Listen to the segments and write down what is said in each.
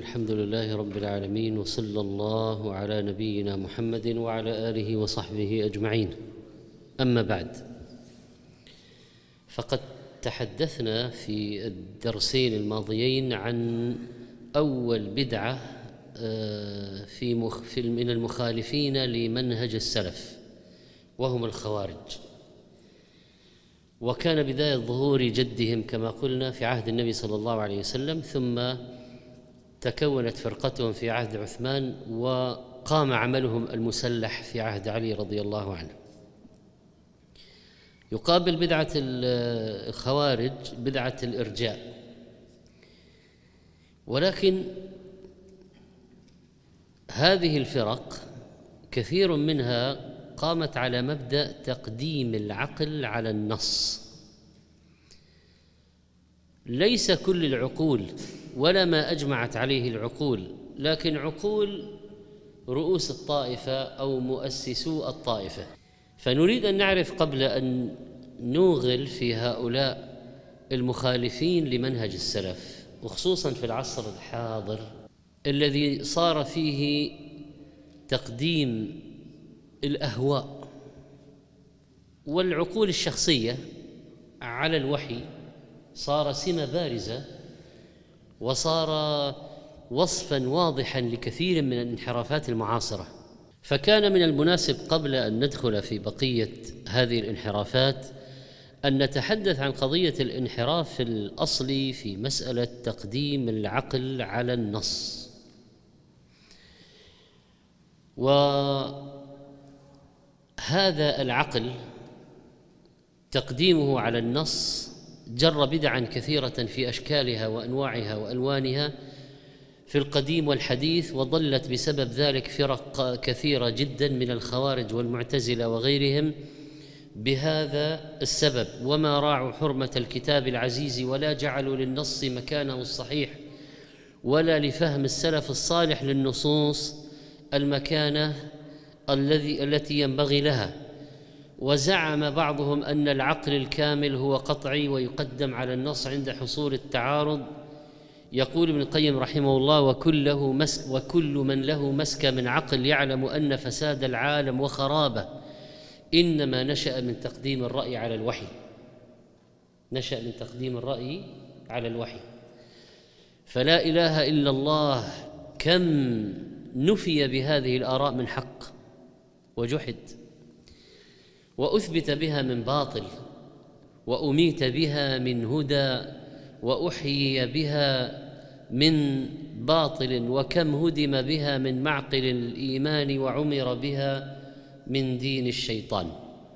والحمد لله رب العالمين، وصلى الله على نبينا محمد وعلى آله وصحبه أجمعين. أما بعد، فقد تحدثنا في الدرسين الماضيين عن أول بدعة من المخالفين لمنهج السلف، وهم الخوارج. وكان بداية ظهور جدهم كما قلنا في عهد النبي صلى الله عليه وسلم، ثم تكونت فرقتهم في عهد عثمان، وقام عملهم المسلح في عهد علي رضي الله عنه. يقابل بدعة الخوارج بدعة الإرجاء، ولكن هذه الفرق كثير منها قامت على مبدأ تقديم العقل على النص. ليس كل العقول ولا ما أجمعت عليه العقول، لكن عقول رؤوس الطائفة أو مؤسسو الطائفة. فنريد أن نعرف قبل أن نوغل في هؤلاء المخالفين لمنهج السلف، وخصوصا في العصر الحاضر الذي صار فيه تقديم الأهواء والعقول الشخصية على الوحي، صار سمة بارزة وصار وصفا واضحا لكثير من الانحرافات المعاصرة. فكان من المناسب قبل أن ندخل في بقية هذه الانحرافات أن نتحدث عن قضية الانحراف الأصلي في مسألة تقديم العقل على النص. وهذا العقل تقديمه على النص جر بدعا كثيرة في أشكالها وأنواعها وألوانها في القديم والحديث، وضلت بسبب ذلك فرق كثيرة جدا من الخوارج والمعتزلة وغيرهم بهذا السبب، وما راعوا حرمة الكتاب العزيز ولا جعلوا للنص مكانه الصحيح، ولا لفهم السلف الصالح للنصوص المكانة التي ينبغي لها. وزعم بعضهم أن العقل الكامل هو قطعي ويقدم على النص عند حصول التعارض. يقول ابن القيم رحمه الله: وكل من له مسكة من عقل يعلم أن فساد العالم وخرابه إنما نشأ من تقديم الرأي على الوحي. نشأ من تقديم الرأي على الوحي. فلا إله إلا الله كم نفي بهذه الآراء من حق وجحد، وأثبت بها من باطل، وأميت بها من هدى، وأحيي بها من باطل، وكم هدم بها من معقل الإيمان، وعمر بها من دين الشيطان.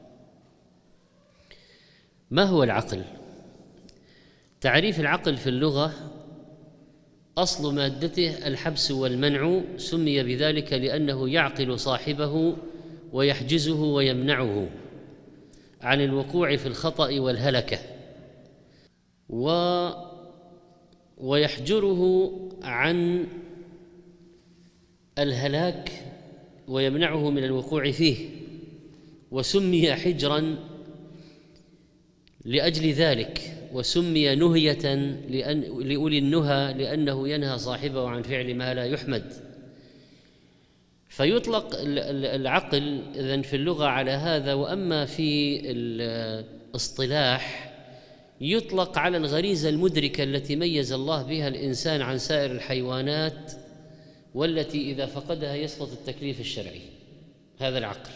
ما هو العقل؟ تعريف العقل في اللغة: أصل مادته الحبس والمنع، سمي بذلك لأنه يعقل صاحبه ويحجزه ويمنعه عن الوقوع في الخطأ والهلكة، ويحجره عن الهلاك ويمنعه من الوقوع فيه. وسمي حجرا لأجل ذلك، وسمي نهية لأولي النهى لأنه ينهى صاحبه عن فعل ما لا يحمد. فيطلق العقل إذن في اللغة على هذا. وأما في الاصطلاح يطلق على الغريزة المدركة التي ميز الله بها الإنسان عن سائر الحيوانات، والتي إذا فقدها يسقط التكليف الشرعي. هذا العقل.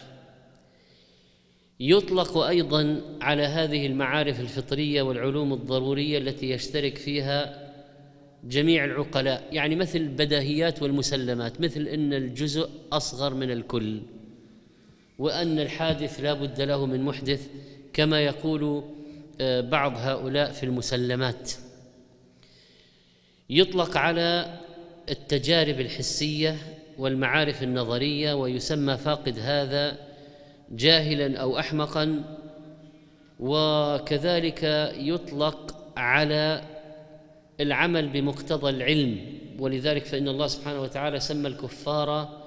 يطلق أيضا على هذه المعارف الفطرية والعلوم الضرورية التي يشترك فيها جميع العقلاء، يعني مثل البداهيات والمسلمات، مثل أن الجزء أصغر من الكل، وأن الحادث لا بد له من محدث، كما يقول بعض هؤلاء في المسلمات. يطلق على التجارب الحسية والمعارف النظرية، ويسمى فاقد هذا جاهلا أو أحمقا. وكذلك يطلق على العمل بمقتضى العلم، ولذلك فإن الله سبحانه وتعالى سمى الكفار،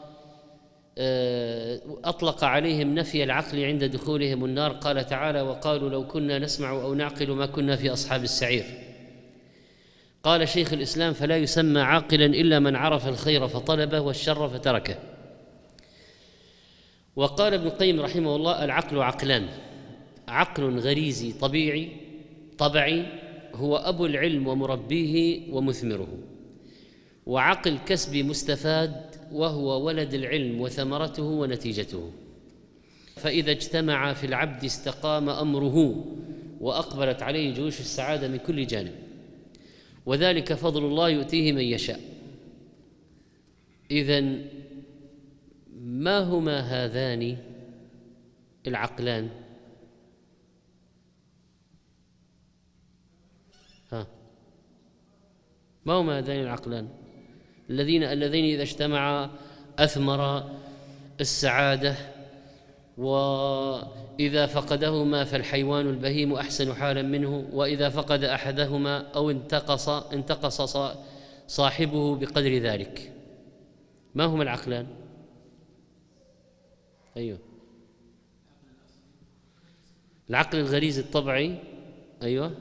أطلق عليهم نفي العقل عند دخولهم النار. قال تعالى: وقالوا لو كنا نسمع أو نعقل ما كنا في أصحاب السعير. قال شيخ الإسلام: فلا يسمى عاقلا إلا من عرف الخير فطلبه والشر فتركه. وقال ابن القيم رحمه الله: العقل عقلان: عقل غريزي طبعي هو أبو العلم ومربيه ومثمره، وعقل كسبي مستفاد وهو ولد العلم وثمرته ونتيجته، فإذا اجتمع في العبد استقام أمره وأقبلت عليه جيوش السعادة من كل جانب، وذلك فضل الله يؤتيه من يشاء. إذن ما هما هذان العقلان؟ ما هما هذان العقلان اللذين إذا اجتمعا أثمر السعادة، وإذا فقدهما فالحيوان البهيم أحسن حالا منه، وإذا فقد أحدهما أو انتقص صاحبه بقدر ذلك. ما هما العقلان؟ أيوه، العقل الغريزي الطبعي، أيوه،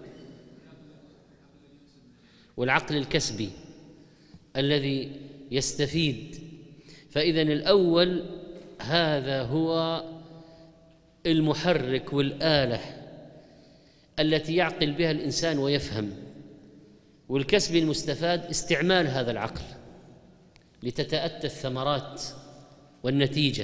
والعقل الكسبي الذي يستفيد. فإذن الأول هذا هو المحرك والآلة التي يعقل بها الإنسان ويفهم، والكسب المستفاد استعمال هذا العقل لتتأتى الثمرات والنتيجة.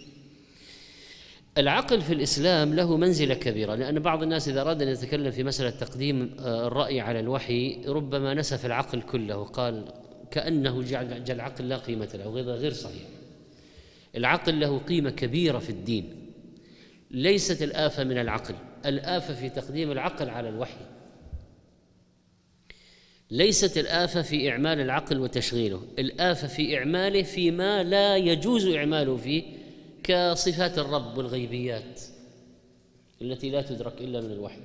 العقل في الإسلام له منزلة كبيرة، لأن بعض الناس إذا أراد أن يتكلم في مسألة تقديم الرأي على الوحي ربما نسف العقل كله وقال كأنه جعل العقل لا قيمة له، وهذا غير صحيح. العقل له قيمة كبيرة في الدين، ليست الآفة من العقل، الآفة في تقديم العقل على الوحي، ليست الآفة في إعمال العقل وتشغيله، الآفة في إعماله فيما لا يجوز إعماله فيه، كصفات الرب والغيبيات التي لا تدرك إلا من الوحي.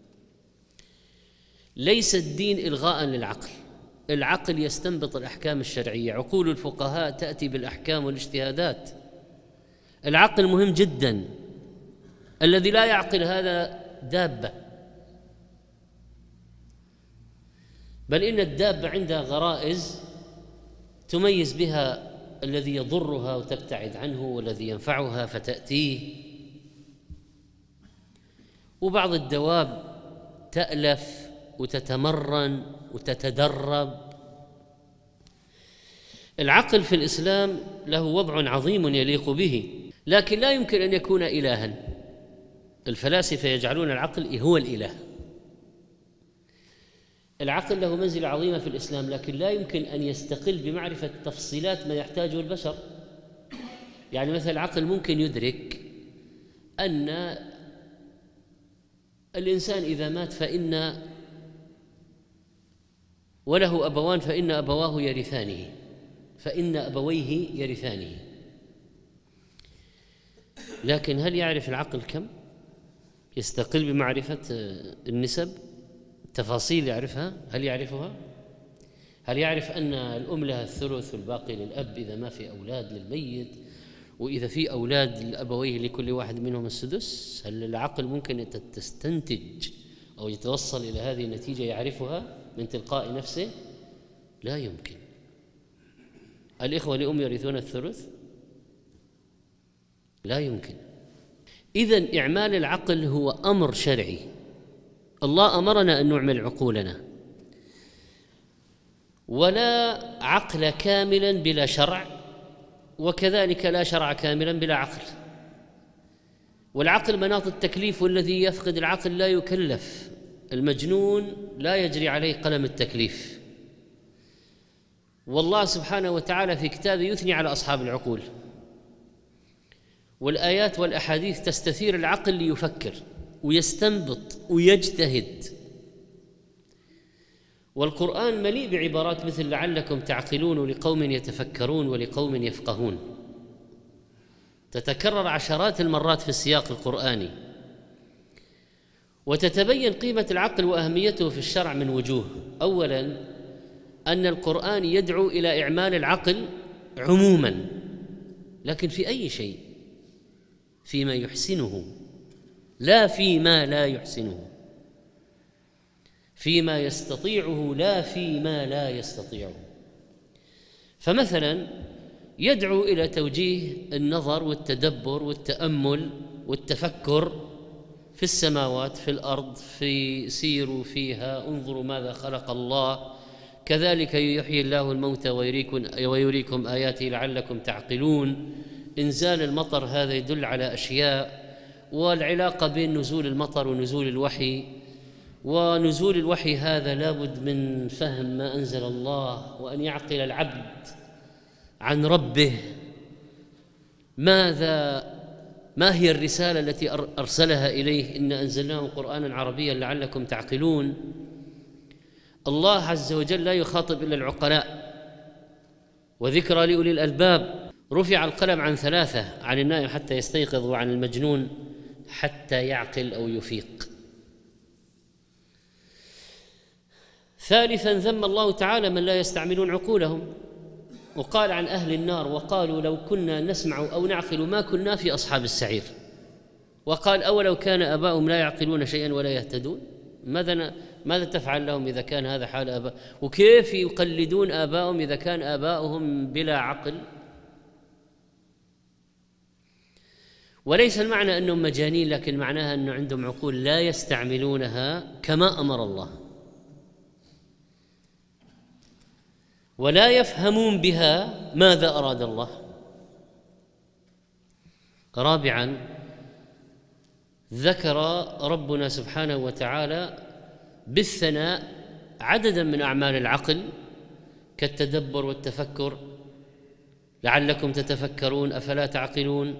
ليس الدين إلغاء للعقل، العقل يستنبط الأحكام الشرعية، عقول الفقهاء تأتي بالأحكام والاجتهادات. العقل مهم جدا، الذي لا يعقل هذا دابة، بل إن الدابة عندها غرائز تميز بها الذي يضرها وتبتعد عنه، والذي ينفعها فتأتيه. وبعض الدواب تألف وتتمرن وتتدرب. العقل في الإسلام له وضع عظيم يليق به، لكن لا يمكن أن يكون إلها. الفلاسفة يجعلون العقل هو الإله. العقل له منزلة عظيمة في الإسلام، لكن لا يمكن أن يستقل بمعرفة تفصيلات ما يحتاجه البشر. يعني مثلا العقل ممكن يدرك أن الإنسان إذا مات وله أبوان فإن أبويه يرثانه، لكن هل يعرف العقل كم؟ يستقل بمعرفة النسب، تفاصيل يعرفها؟ هل يعرفها؟ هل يعرف أن الأم لها الثلث والباقي للأب إذا ما في أولاد للميت، وإذا في أولاد لأبويه لكل واحد منهم السدس؟ هل العقل ممكن تستنتج أو يتوصل إلى هذه النتيجة يعرفها من تلقاء نفسه؟ لا يمكن. الإخوة لأم يرثون الثلث؟ لا يمكن. إذن إعمال العقل هو أمر شرعي، الله أمرنا أن نعمل عقولنا، ولا عقل كاملا بلا شرع، وكذلك لا شرع كاملا بلا عقل. والعقل مناط التكليف، والذي يفقد العقل لا يكلف. المجنون لا يجري عليه قلم التكليف. والله سبحانه وتعالى في كتابه يثني على أصحاب العقول، والآيات والأحاديث تستثير العقل ليفكر ويستنبط ويجتهد. والقرآن مليء بعبارات مثل لعلكم تعقلون، ولقوم يتفكرون، ولقوم يفقهون، تتكرر عشرات المرات في السياق القرآني. وتتبين قيمة العقل وأهميته في الشرع من وجوه. أولاً أن القرآن يدعو إلى إعمال العقل عموماً، لكن في أي شيء، فيما يحسنه لا فيما لا يحسنه. فيما يستطيعه لا فيما لا يستطيعه. فمثلا يدعو إلى توجيه النظر والتدبر والتأمل والتفكر في السماوات، في الأرض، في سيروا فيها، انظروا ماذا خلق الله، كذلك يحيي الله الموتى ويريكم آياته لعلكم تعقلون. إنزال المطر هذا يدل على أشياء، والعلاقة بين نزول المطر ونزول الوحي. ونزول الوحي هذا لابد من فهم ما أنزل الله، وأن يعقل العبد عن ربه ما هي الرسالة التي أرسلها إليه. إن أنزلناه قرآنا عربيا لعلكم تعقلون. الله عز وجل لا يخاطب إلا العقلاء، وذكرى لأولي الألباب. رفع القلم عن 3: عن النائم حتى يستيقظ، وعن المجنون حتى يعقل أو يفيق. ثالثا ذم الله تعالى من لا يستعملون عقولهم، وقال عن أهل النار: وقالوا لو كنا نسمع أو نعقل ما كنا في أصحاب السعير. وقال: أولو كان آباؤهم لا يعقلون شيئا ولا يهتدون. ماذا تفعل لهم إذا كان هذا حال آباء؟ وكيف يقلدون آباؤهم إذا كان آباؤهم بلا عقل؟ وليس المعنى أنهم مجانين، لكن معناها أنه عندهم عقول لا يستعملونها كما أمر الله، ولا يفهمون بها ماذا أراد الله. رابعا ذكر ربنا سبحانه وتعالى بالثناء عددا من أعمال العقل كالتدبر والتفكر: لعلكم تتفكرون أفلا تعقلون.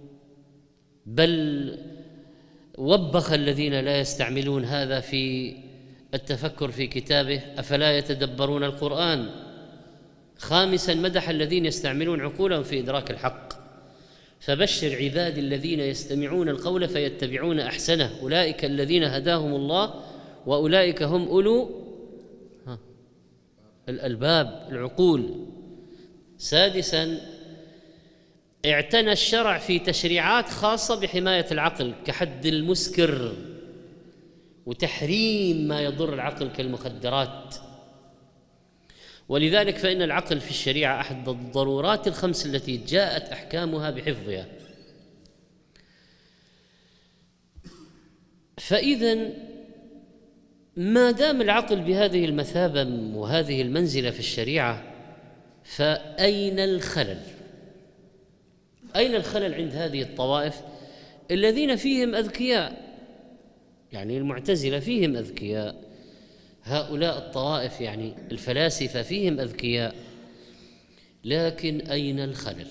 بل وبخ الذين لا يستعملون هذا في التفكر في كتابه: أفلا يتدبرون القرآن. خامسا مدح الذين يستعملون عقولهم في إدراك الحق: فبشر عبادي الذين يستمعون القول فيتبعون أحسنه أولئك الذين هداهم الله وأولئك هم أولو الألباب، العقول. سادسا اعتنى الشرع في تشريعات خاصة بحماية العقل كحد المسكر وتحريم ما يضر العقل كالمخدرات. ولذلك فإن العقل في الشريعة أحد الضرورات الخمس التي جاءت أحكامها بحفظها. فإذا ما دام العقل بهذه المثابة وهذه المنزلة في الشريعة، فأين الخلل؟ أين الخلل عند هذه الطوائف الذين فيهم أذكياء؟ يعني المعتزلة فيهم أذكياء، هؤلاء الطوائف يعني الفلاسفة فيهم أذكياء، لكن أين الخلل؟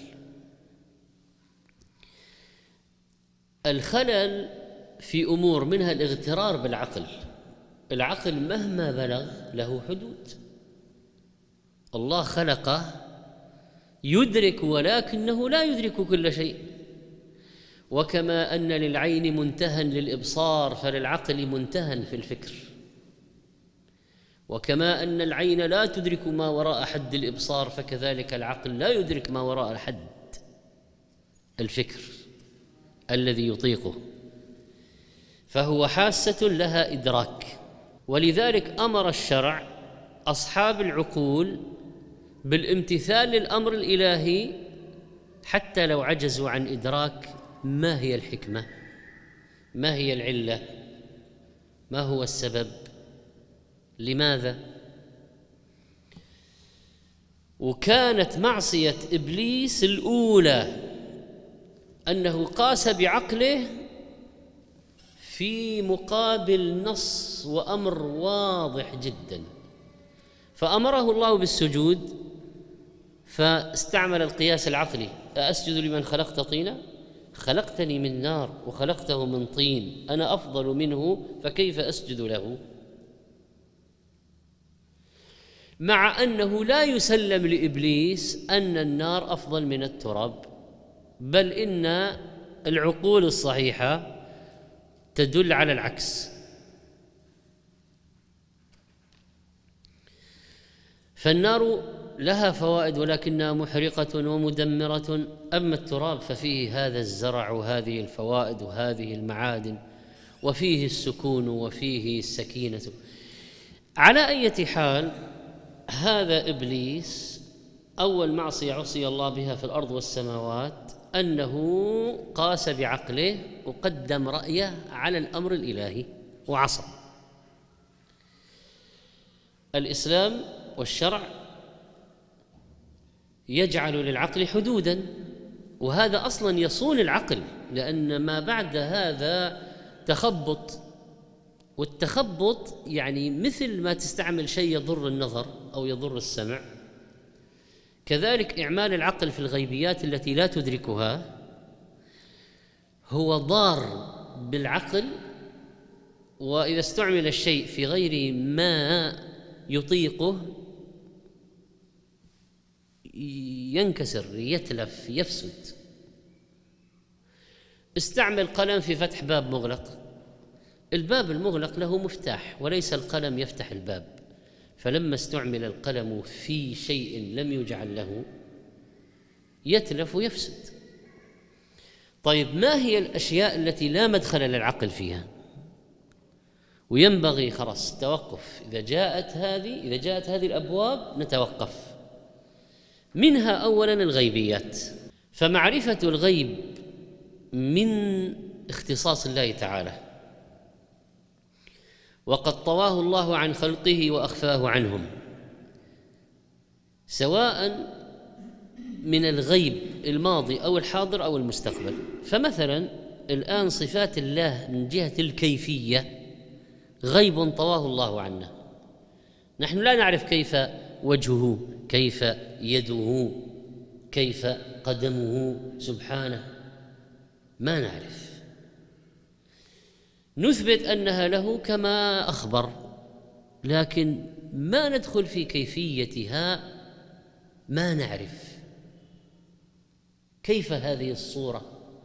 الخلل في أمور منها الاغترار بالعقل. العقل مهما بلغ له حدود. الله خلقه يدرك ولكنه لا يدرك كل شيء. وكما أن للعين منتهى للإبصار فللعقل منتهى في الفكر. وكما أن العين لا تدرك ما وراء حد الإبصار فكذلك العقل لا يدرك ما وراء حد الفكر الذي يطيقه، فهو حاسة لها إدراك. ولذلك أمر الشرع أصحاب العقول بالامتثال للأمر الإلهي حتى لو عجزوا عن إدراك ما هي الحكمة، ما هي العلة، ما هو السبب، لماذا. وكانت معصية إبليس الأولى أنه قاس بعقله في مقابل نص وأمر واضح جدا، فأمره الله بالسجود فاستعمل القياس العقلي: أأسجد لمن خلقت طينا؟ خلقتني من نار وخلقته من طين، أنا أفضل منه فكيف أسجد له؟ مع أنه لا يسلم لإبليس أن النار أفضل من التراب، بل إن العقول الصحيحة تدل على العكس. فالنار لها فوائد ولكنها محرقة ومدمرة، أما التراب ففيه هذا الزرع وهذه الفوائد وهذه المعادن، وفيه السكون وفيه السكينة. على أي حال، هذا إبليس أول معصية عصي الله بها في الأرض والسماوات أنه قاس بعقله وقدم رأيه على الأمر الإلهي وعصى. الإسلام والشرع يجعل للعقل حدوداً، وهذا أصلاً يصون العقل، لأن ما بعد هذا تخبط، والتخبط يعني مثل ما تستعمل شيء يضر النظر أو يضر السمع، كذلك إعمال العقل في الغيبيات التي لا تدركها هو ضار بالعقل، وإذا استعمل الشيء في غير ما يطيقه ينكسر، يتلف، يفسد. استعمل قلم في فتح باب مغلق، الباب المغلق له مفتاح وليس القلم يفتح الباب، فلما استعمل القلم في شيء لم يجعل له يتلف ويفسد. طيب، ما هي الأشياء التي لا مدخل للعقل فيها وينبغي خلاص التوقف؟ إذا جاءت هذه الأبواب نتوقف. منها أولاً الغيبيات، فمعرفة الغيب من اختصاص الله تعالى، وقد طواه الله عن خلقه وأخفاه عنهم، سواء من الغيب الماضي أو الحاضر أو المستقبل. فمثلا الآن صفات الله من جهة الكيفية غيب طواه الله عنا، نحن لا نعرف كيف وجهه، كيف يده، كيف قدمه سبحانه، ما نعرف. نثبت أنها له كما أخبر، لكن ما ندخل في كيفيتها، ما نعرف كيف هذه الصورة.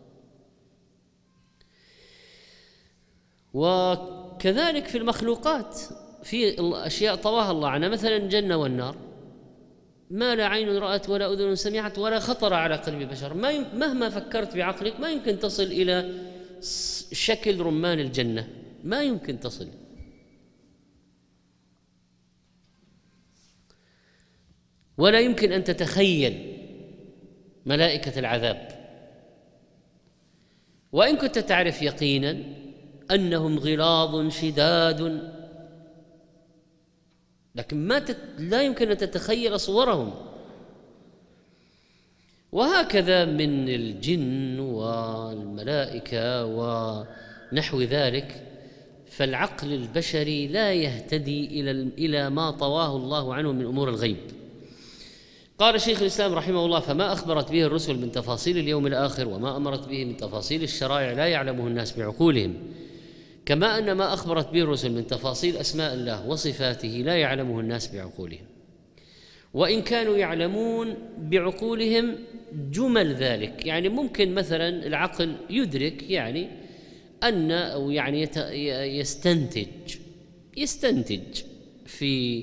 وكذلك في المخلوقات، في أشياء طواها الله عنها، مثلا الجنة والنار، ما لا عين رأت ولا أذن سمعت ولا خطر على قلب بشر. مهما فكرت بعقلك ما يمكن تصل إلى شكل رمان الجنة، ما يمكن تصل. ولا يمكن أن تتخيل ملائكة العذاب، وإن كنت تعرف يقينا أنهم غلاظ شداد، لكن لا يمكن أن تتخيل صورهم. وهكذا من الجن والملائكة ونحو ذلك، فالعقل البشري لا يهتدي إلى ما طواه الله عنه من أمور الغيب. قال شيخ الإسلام رحمه الله: فما أخبرت به الرسل من تفاصيل اليوم الآخر وما أمرت به من تفاصيل الشرائع لا يعلمه الناس بعقولهم، كما أن ما أخبرت به الرسل من تفاصيل أسماء الله وصفاته لا يعلمه الناس بعقولهم، وإن كانوا يعلمون بعقولهم جمل ذلك. يعني ممكن مثلا العقل يدرك يعني أن أو يعني يستنتج في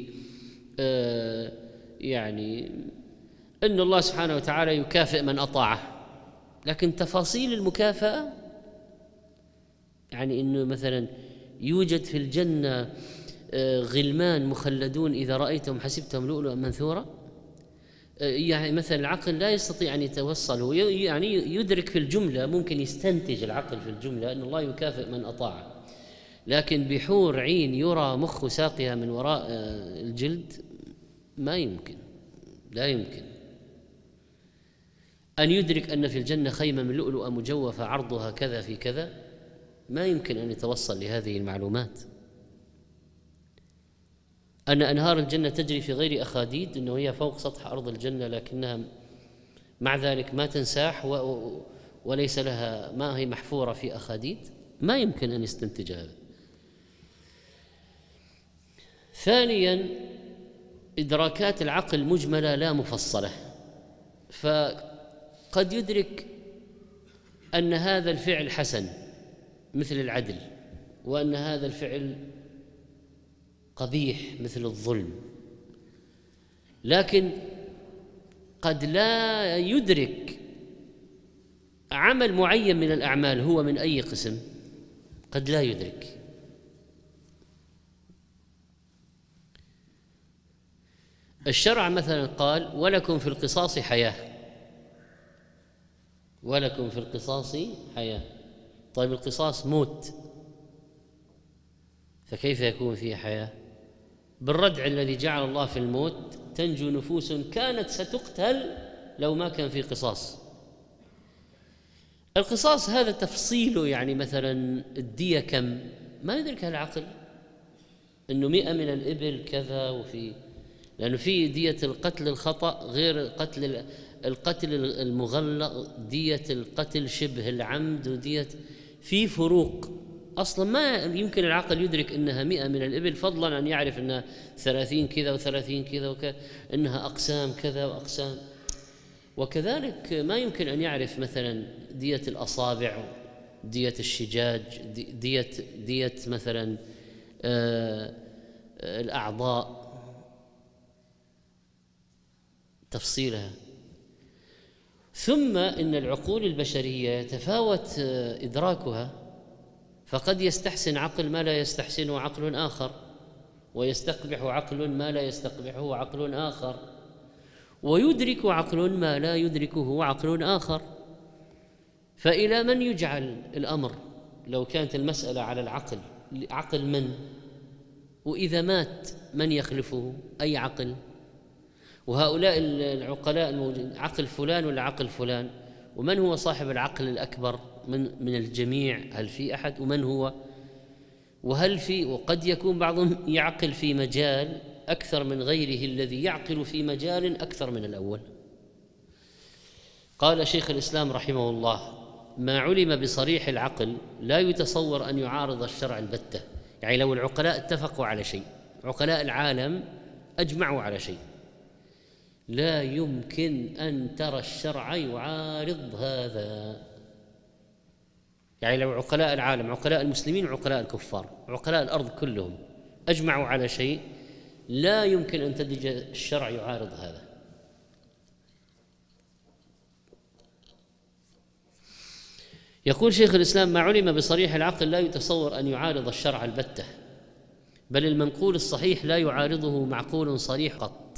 يعني أن الله سبحانه وتعالى يكافئ من أطاعه، لكن تفاصيل المكافأة، يعني أنه مثلا يوجد في الجنة غلمان مخلدون إذا رأيتهم حسبتهم لؤلؤا منثورا، يعني مثلا العقل لا يستطيع أن يتوصل، هو يعني يدرك في الجملة، ممكن يستنتج العقل في الجملة أن الله يكافئ من أطاعه، لكن بحور عين يرى مخ ساقها من وراء الجلد ما يمكن، لا يمكن أن يدرك أن في الجنة خيمة من لؤلؤة مجوفة عرضها كذا في كذا، ما يمكن أن يتوصل لهذه المعلومات. أن أنهار الجنة تجري في غير أخاديد، أنه هي فوق سطح أرض الجنة لكنها مع ذلك ما تنساح وليس لها، ما هي محفورة في أخاديد، ما يمكن أن يستنتج هذا. ثانياً، إدراكات العقل مجملة لا مفصلة، فقد يدرك أن هذا الفعل حسن مثل العدل، وأن هذا الفعل قبيح مثل الظلم، لكن قد لا يدرك عمل معين من الأعمال هو من أي قسم، قد لا يدرك. الشرع مثلا قال ولكم في القصاص حياة، ولكم في القصاص حياة. طيب القصاص موت، فكيف يكون فيه حياة؟ بالردع الذي جعل الله في الموت تنجو نفوس كانت ستقتل لو ما كان في قصاص. القصاص هذا تفصيله يعني مثلا الدية كم ما يدركها العقل، انه 100 من الإبل كذا، وفي لأنه في دية القتل الخطأ غير القتل المغلظ، دية القتل شبه العمد، ودية في فروق. أصلا ما يمكن العقل يدرك أنها 100 من الإبل، فضلا أن يعرف أنها 30 كذا و30 كذا أنها أقسام كذا وأقسام. وكذلك ما يمكن أن يعرف مثلا دية الأصابع، دية الشجاج، دية مثلا الأعضاء، تفصيلها. ثم إن العقول البشرية يتفاوت إدراكها، فقد يستحسن عقل ما لا يستحسنه عقل آخر، ويستقبح عقل ما لا يستقبحه عقل آخر، ويدرك عقل ما لا يدركه عقل آخر. فإلى من يجعل الأمر لو كانت المسألة على العقل؟ عقل من؟ وإذا من يخلفه؟ أي عقل؟ وهؤلاء العقلاء الموجودين عقل فلان ولا عقل فلان؟ ومن هو صاحب العقل الأكبر من الجميع؟ هل في أحد؟ ومن هو؟ وقد يكون بعضهم يعقل في مجال أكثر من غيره الذي يعقل في مجال أكثر من الأول. قال شيخ الإسلام رحمه الله: ما علم بصريح العقل لا يتصور أن يعارض الشرع البتة. يعني لو العقلاء اتفقوا على شيء، عقلاء العالم أجمعوا على شيء، لا يمكن أن ترى الشرع يعارض هذا. يعني لو عقلاء العالم، عقلاء المسلمين وعقلاء الكفار، عقلاء الأرض كلهم أجمعوا على شيء، لا يمكن أن تجد الشرع يعارض هذا. يقول شيخ الإسلام: ما علم بصريح العقل لا يتصور أن يعارض الشرع البتة، بل المنقول الصحيح لا يعارضه معقول صريح قط.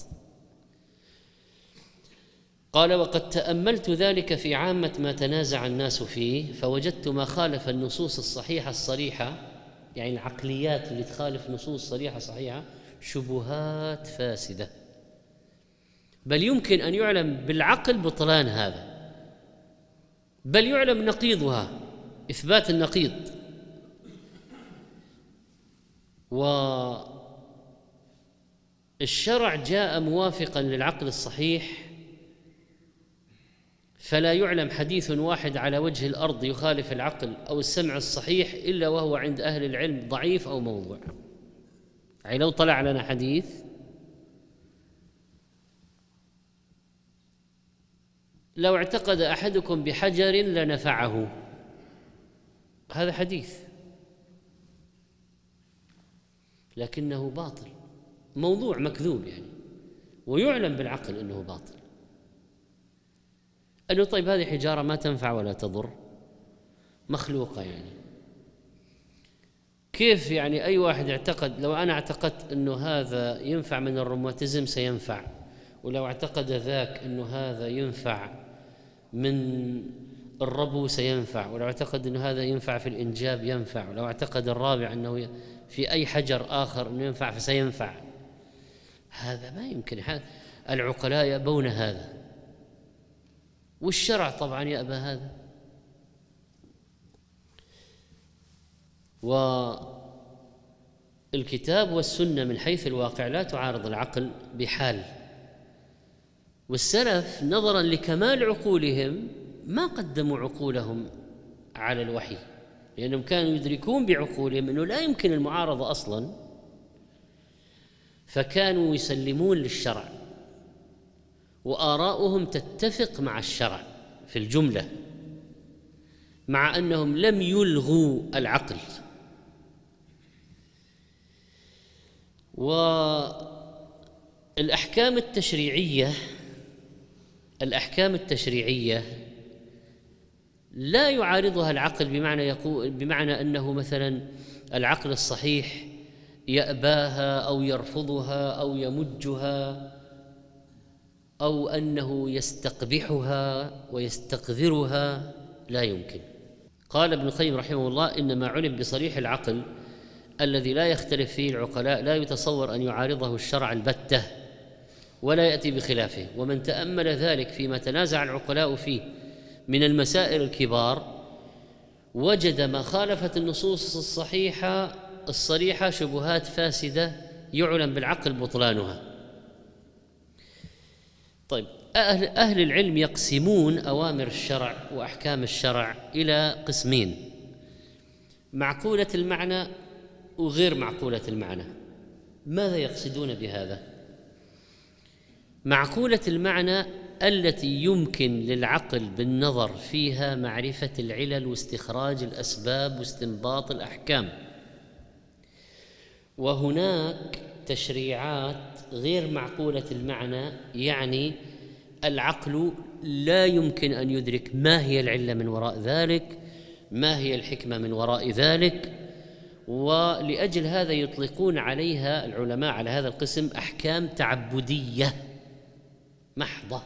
قال: وقد تأملت ذلك في عامة ما تنازع الناس فيه، فوجدت ما خالف النصوص الصحيحة الصريحة، يعني العقليات اللي تخالف نصوص صريحة صحيحة، شبهات فاسدة، بل يمكن أن يعلم بالعقل بطلان هذا، بل يعلم نقيضها، إثبات النقيض. والشرع جاء موافقا للعقل الصحيح، فلا يعلم حديث واحد على وجه الأرض يخالف العقل أو السمع الصحيح إلا وهو عند أهل العلم ضعيف أو موضوع. يعني لو طلع لنا حديث لو اعتقد أحدكم بحجر لنفعه، هذا حديث لكنه باطل، موضوع مكذوب يعني، ويعلم بالعقل أنه باطل. أنه طيب هذه حجارة ما تنفع ولا تضر، مخلوقة يعني. كيف يعني أي واحد اعتقد، لو أنا اعتقدت أنه هذا ينفع من الروماتيزم سينفع، ولو اعتقد ذاك أنه هذا ينفع من الربو سينفع، ولو اعتقد أنه هذا ينفع في الإنجاب ينفع، ولو اعتقد الرابع أنه في أي حجر آخر أنه ينفع فسينفع. هذا ما يمكن، العقلاء يأبون هذا، والشرع طبعا يأبى هذا. والكتاب والسنة من حيث الواقع لا تعارض العقل بحال. والسلف نظرا لكمال عقولهم ما قدموا عقولهم على الوحي، لأنهم كانوا يدركون بعقولهم أنه لا يمكن المعارضة أصلا، فكانوا يسلمون للشرع، وآراؤهم تتفق مع الشرع في الجملة، مع أنهم لم يلغوا العقل. والأحكام التشريعية لا يعارضها العقل، بمعنى أنه مثلا العقل الصحيح يأباها أو يرفضها أو يمجها أو أنه يستقبحها ويستقذرها، لا يمكن. قال ابن القيم رحمه الله: إنما علم بصريح العقل الذي لا يختلف فيه العقلاء لا يتصور أن يعارضه الشرع البتة ولا يأتي بخلافه، ومن تأمل ذلك فيما تنازع العقلاء فيه من المسائل الكبار وجد ما خالفت النصوص الصريحة شبهات فاسدة يعلم بالعقل بطلانها. طيب، أهل العلم يقسمون أوامر الشرع وأحكام الشرع إلى قسمين: معقولة المعنى وغير معقولة المعنى. ماذا يقصدون بهذا؟ معقولة المعنى التي يمكن للعقل بالنظر فيها معرفة العلل واستخراج الأسباب واستنباط الأحكام. وهناك تشريعات غير معقولة المعنى، يعني العقل لا يمكن أن يدرك ما هي العلة من وراء ذلك، ما هي الحكمة من وراء ذلك، ولأجل هذا يطلقون عليها العلماء على هذا القسم أحكام تعبدية محضة،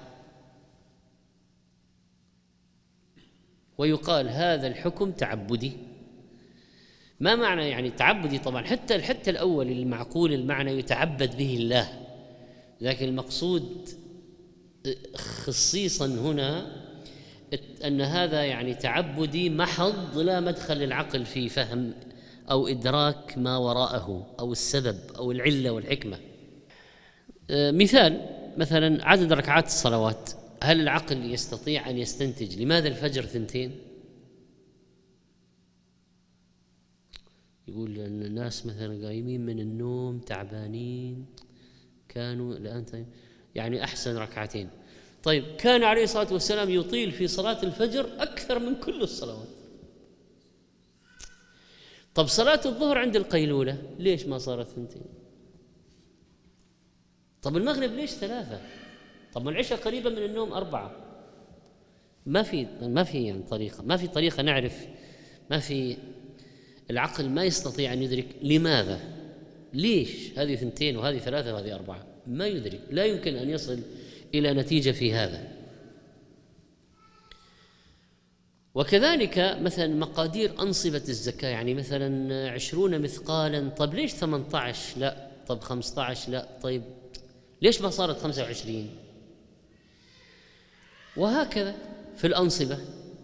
ويقال هذا الحكم تعبدي. ما معنى يعني تعبدي؟ طبعا حتى الأول المعقول المعنى يتعبد به الله، لكن المقصود خصيصا هنا أن هذا يعني تعبدي محض، لا مدخل للعقل في فهم أو إدراك ما وراءه أو السبب أو العلة والحكمة. مثلا عدد ركعات الصلوات، هل العقل يستطيع أن يستنتج لماذا الفجر 2؟ يقول أن الناس مثلا قايمين من النوم تعبانين كانوا الآن يعني أحسن ركعتين. طيب، كان عليه الصلاة والسلام يطيل في صلاة الفجر أكثر من كل الصلوات. طب صلاة الظهر عند القيلولة ليش ما صارت 2؟ طب المغرب ليش 3؟ طب العشاء قريبة من النوم 4. ما في يعني طريقة، ما في طريقة نعرف، ما في، العقل ما يستطيع أن يدرك لماذا، ليش هذه 2 وهذه 3 وهذه 4، ما يدرك، لا يمكن أن يصل إلى نتيجة في هذا. وكذلك مثلا مقادير أنصبة الزكاة، يعني مثلا 20 مثقالا، طب ليش 18 لا، طب 15 لا، طيب ليش ما صارت 25؟ وهكذا في الأنصبة.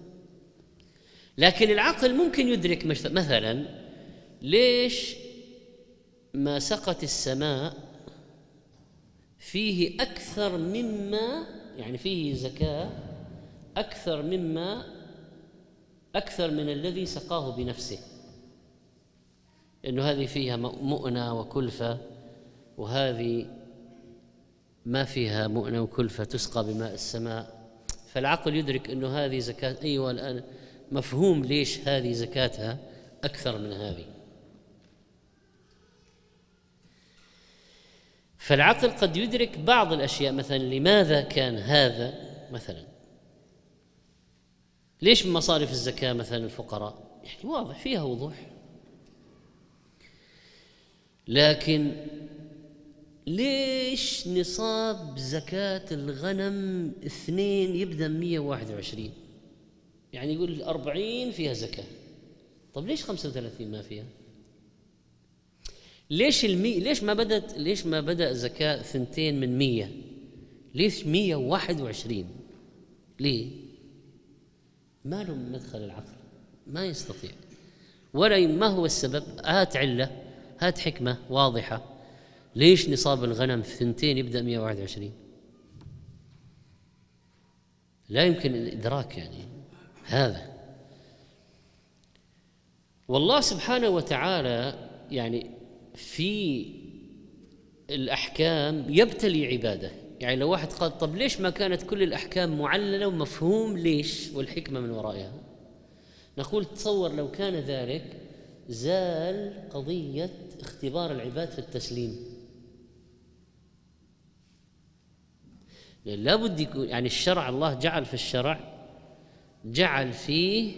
لكن العقل ممكن يدرك مثلا ليش ما سقت السماء فيه أكثر مما، يعني فيه زكاة أكثر من الذي سقاه بنفسه، لأنه هذه فيها مؤنة وكلفة، وهذه ما فيها مؤنة وكلفة تسقى بماء السماء. فالعقل يدرك أنه هذه زكاة، أيوة الآن مفهوم ليش هذه زكاتها أكثر من هذه. فالعقل قد يدرك بعض الأشياء، مثلا لماذا كان هذا، مثلا ليش مصارف الزكاة مثلا الفقراء، يعني واضح فيها وضوح. لكن ليش نصاب زكاة الغنم 2 يبدأ 121؟ يعني يقول 40 فيها زكاة، طب ليش 35 ما فيها؟ ليش ما بدأ زكاة 2 من 100؟ ليش 121؟ ليه؟ ما له مدخل العقل، ما يستطيع، ولا ما هو السبب؟ هات علة، هات حكمة واضحة، ليش نصاب الغنم في 2 يبدأ 121؟ لا يمكن الإدراك يعني هذا. والله سبحانه وتعالى يعني في الأحكام يبتلي عباده. يعني لو واحد قال طب ليش ما كانت كل الأحكام معللة ومفهوم ليش والحكمة من ورائها، نقول تصور لو كان ذلك زال قضية اختبار العباد في التسليم. لا بد يكون يعني الشرع، الله جعل في الشرع، جعل فيه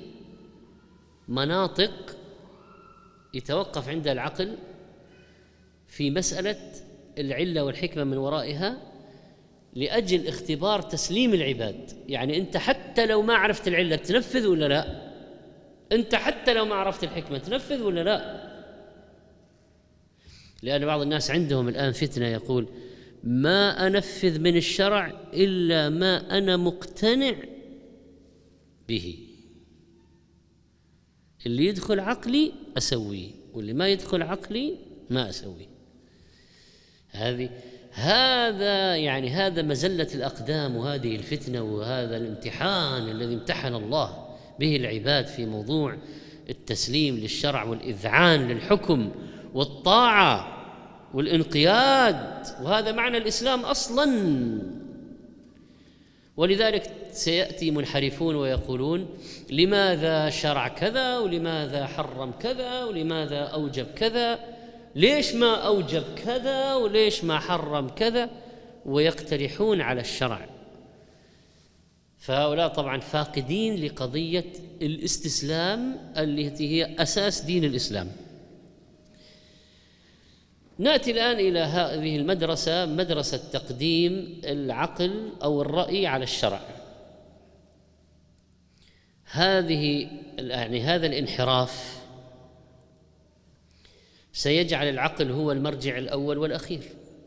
مناطق يتوقف عندها العقل في مسألة العلة والحكمة من ورائها، لأجل اختبار تسليم العباد. يعني أنت حتى لو ما عرفت العلة تنفذ ولا لا؟ أنت حتى لو ما عرفت الحكمة تنفذ ولا لا؟ لأن بعض الناس عندهم الآن فتنة، يقول ما أنفذ من الشرع إلا ما أنا مقتنع به، اللي يدخل عقلي أسويه واللي ما يدخل عقلي ما أسويه. هذا مزلة الأقدام، وهذه الفتنة، وهذا الامتحان الذي امتحن الله به العباد في موضوع التسليم للشرع والإذعان للحكم والطاعة والانقياد، وهذا معنى الإسلام أصلاً. ولذلك سيأتي منحرفون ويقولون لماذا شرع كذا، ولماذا حرم كذا، ولماذا أوجب كذا، ليش ما أوجب كذا، وليش ما حرم كذا، ويقترحون على الشرع. فهؤلاء طبعا فاقدين لقضية الاستسلام التي هي أساس دين الإسلام. نأتي الآن إلى هذه المدرسة، مدرسة تقديم العقل أو الرأي على الشرع. هذا الانحراف سيجعل العقل هو المرجع الأول والأخير،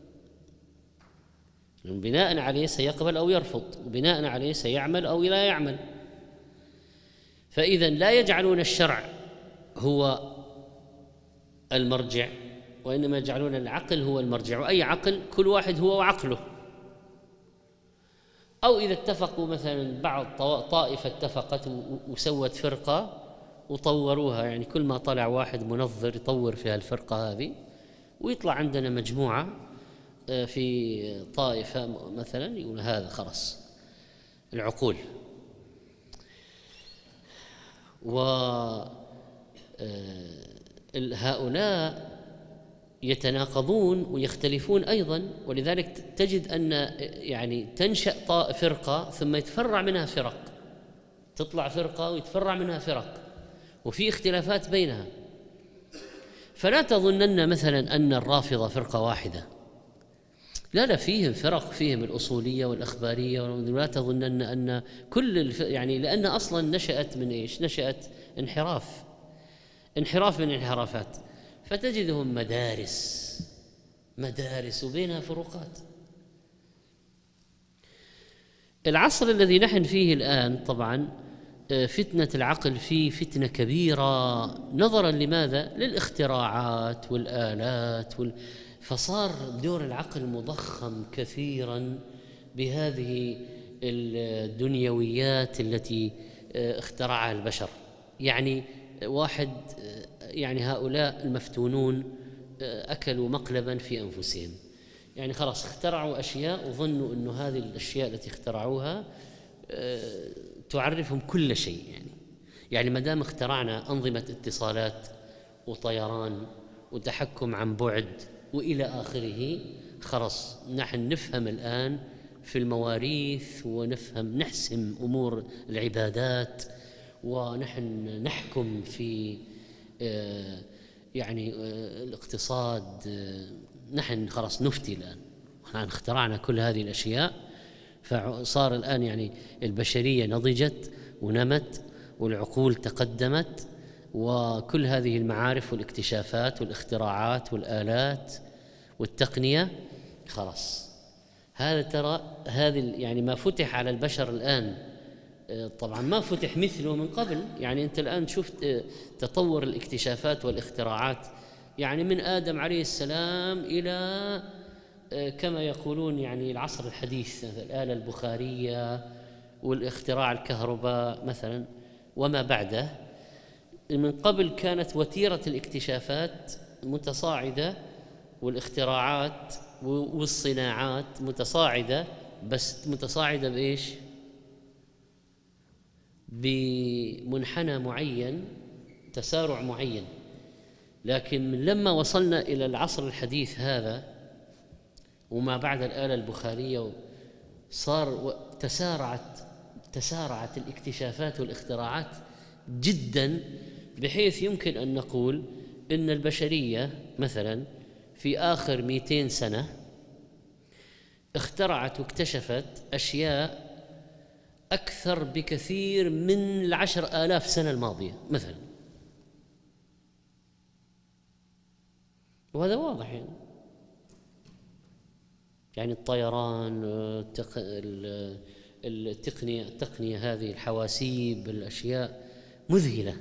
بناء عليه سيقبل أو يرفض، وبناء عليه سيعمل أو لا يعمل. فإذا لا يجعلون الشرع هو المرجع، وإنما يجعلون العقل هو المرجع. وأي عقل؟ كل واحد هو وعقله. أو إذا اتفقوا مثلا بعض طائفة اتفقت وسوت فرقة وطوروها، يعني كل ما طلع واحد منظر يطور في الفرقة هذه، ويطلع عندنا مجموعة في طائفة مثلا يقول هذا خلاص العقول. وهؤلاء يتناقضون ويختلفون أيضا، ولذلك تجد أن يعني تنشأ فرقة ثم يتفرع منها فرق، تطلع فرقة ويتفرع منها فرق، وفي اختلافات بينها. فلا تظنن مثلا أن الرافضة فرقة واحدة، لا، فيهم فرق، فيهم الأصولية والأخبارية، ولا تظنن أن كل يعني لأن أصلا نشأت من إيش؟ نشأت انحراف من انحرافات، فتجدهم مدارس وبينها فروقات. العصر الذي نحن فيه الآن طبعا فتنة العقل فيه فتنة كبيرة، نظرا لماذا؟ للاختراعات والآلات فصار دور العقل مضخم كثيرا بهذه الدنيويات التي اخترعها البشر. يعني هؤلاء المفتونون أكلوا مقلبا في أنفسهم، يعني خلاص اخترعوا أشياء وظنوا أن هذه الأشياء التي اخترعوها تعرفهم كل شيء. يعني ما دام اخترعنا أنظمة اتصالات وطيران وتحكم عن بعد وإلى آخره، خلاص نحن نفهم الآن في المواريث، نحسم أمور العبادات، ونحن نحكم في الاقتصاد. نحن خلاص نفتي الآن، نحن اخترعنا كل هذه الأشياء، فصار الآن البشرية نضجت ونمت والعقول تقدمت، وكل هذه المعارف والاكتشافات والاختراعات والآلات والتقنية خلاص. هذا ما فتح على البشر الآن طبعا ما فتح مثله من قبل. أنت الآن شفت تطور الاكتشافات والاختراعات، من آدم عليه السلام إلى كما يقولون العصر الحديث، الآلة البخارية والاختراع الكهرباء مثلا وما بعده. من قبل كانت وتيرة الاكتشافات متصاعدة والاختراعات والصناعات متصاعدة، بس متصاعدة بإيش؟ بمنحنى معين، تسارع معين. لكن لما وصلنا إلى العصر الحديث هذا وما بعد الآلة البخارية، صار تسارعت الاكتشافات والاختراعات جدا، بحيث يمكن أن نقول إن البشرية مثلا في آخر 200 سنة اخترعت واكتشفت أشياء أكثر بكثير من 10,000 سنة الماضية مثلا، وهذا واضح يعني الطيران، التقنية هذه، الحواسيب، الأشياء مذهلة،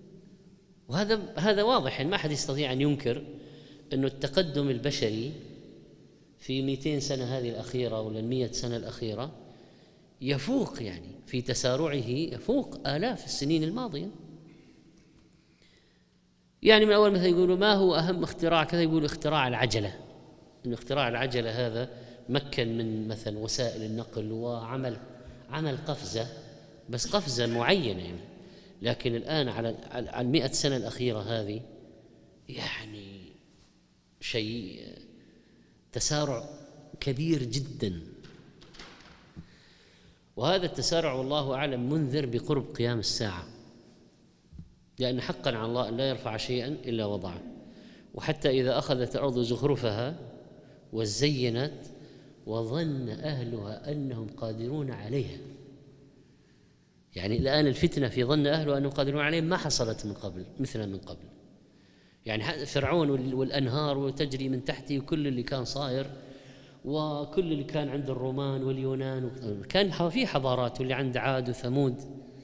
وهذا واضح يعني ما أحد يستطيع أن ينكر أنه التقدم البشري في 200 سنة هذه الأخيرة ولا 100 سنة الأخيرة يفوق، يعني في تسارعه يفوق آلاف السنين الماضية. يعني من أول مثلا يقولوا ما هو أهم اختراع كذا، يقولوا اختراع العجلة، إنه اختراع العجلة هذا مكن من مثلا وسائل النقل وعمل قفزة، بس قفزة معينة يعني. لكن الآن على 100 سنة الأخيرة هذه يعني شيء تسارع كبير جدا، وهذا التسارع والله أعلم منذر بقرب قيام الساعة، لأن حقا على الله أن لا يرفع شيئا إلا وضعه. وحتى إذا أخذت الأرض زخرفها وزينت وظن أهلها أنهم قادرون عليها، يعني الآن الفتنة في ظن أهلها أنهم قادرون عليها ما حصلت من قبل مثل من قبل. يعني فرعون والأنهار وتجري من تحته وكل اللي كان صاير وكل اللي كان عند الرومان واليونان كان في حضارات، واللي عند عاد وثمود.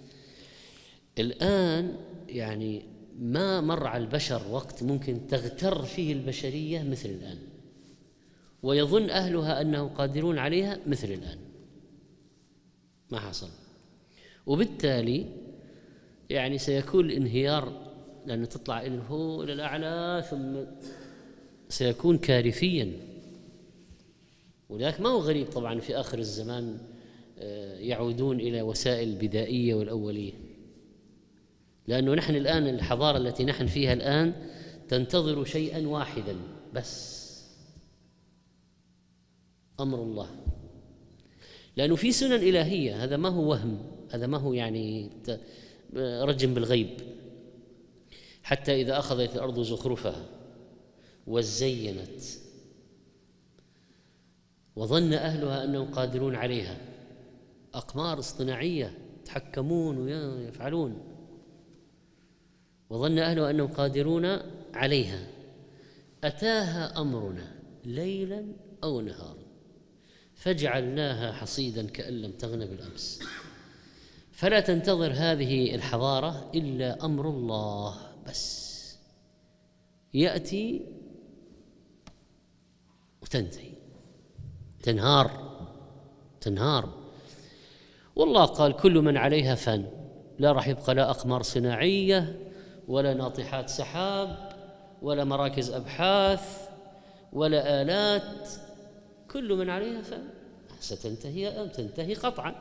الآن يعني ما مر على البشر وقت ممكن تغتر فيه البشرية مثل الآن، ويظن أهلها أنهم قادرون عليها مثل الآن، ما حصل. وبالتالي يعني سيكون الانهيار، لأنه تطلع إلى فوق إلى الأعلى، ثم سيكون كارثيا. ولذلك ما هو غريب طبعا في آخر الزمان يعودون إلى وسائل البدائية والأولية، لأنه نحن الآن الحضارة التي نحن فيها الآن تنتظر شيئا واحدا بس، أمر الله، لأنه في سنن إلهية. هذا ما هو وهم، هذا ما هو يعني رجم بالغيب. حتى إذا أخذت الأرض زخرفها وزينت وظن أهلها أنهم قادرون عليها، أقمار اصطناعية يتحكمون ويفعلون، وظن أهلها أنهم قادرون عليها، أتاها أمرنا ليلا أو نهارا فجعلناها حصيدا كأن لم تغن بالأمس. فلا تنتظر هذه الحضارة إلا أمر الله بس، يأتي وتنتهي، تنهار. والله قال كل من عليها فان، لا راح يبقى لا أقمار صناعية ولا ناطحات سحاب ولا مراكز أبحاث ولا آلات، كل من عليها فان، ستنتهي تنتهي قطعا.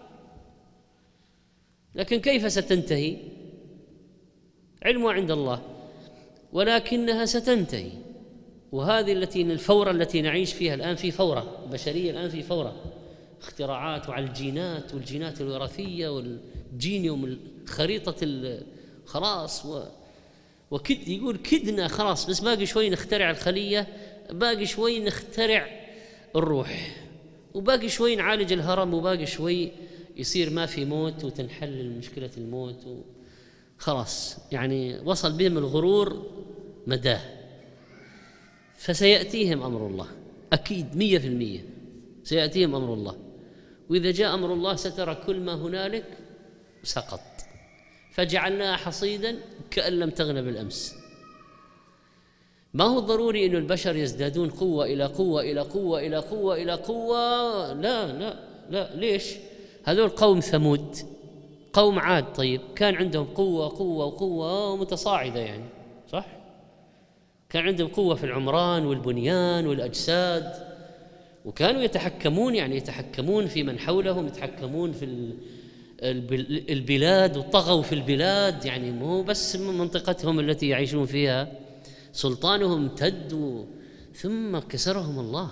لكن كيف ستنتهي؟ علمها عند الله، ولكنها ستنتهي. وهذه الفورة التي نعيش فيها الآن، في فورة بشرية الآن، في فورة اختراعات وعلى الجينات والجينات الوراثية والجينيوم، خريطة خلاص، وكد يقول كدنا خلاص، بس باقي شوي نخترع الخلية، باقي شوي نخترع الروح، وباقي شوي نعالج الهرم، وباقي شوي يصير ما في موت وتنحل مشكلة الموت خلاص. يعني وصل بهم الغرور مداه. فسيأتيهم أمر الله أكيد 100%، سيأتيهم أمر الله. وإذا جاء أمر الله سترى كل ما هنالك سقط، فجعلناها حصيدا كأن لم تغن بالأمس. ما هو ضروري أن البشر يزدادون قوة إلى قوة إلى قوة إلى قوة إلى قوة، لا لا لا. ليش؟ هذول قوم ثمود، قوم عاد، طيب كان عندهم قوة قوة وقوة متصاعدة يعني، صح؟ كان عندهم قوة في العمران والبنيان والأجساد، وكانوا يتحكمون، يعني يتحكمون في من حولهم، يتحكمون في البلاد، وطغوا في البلاد، يعني مو بس منطقتهم التي يعيشون فيها، سلطانهم امتد ثم كسرهم الله.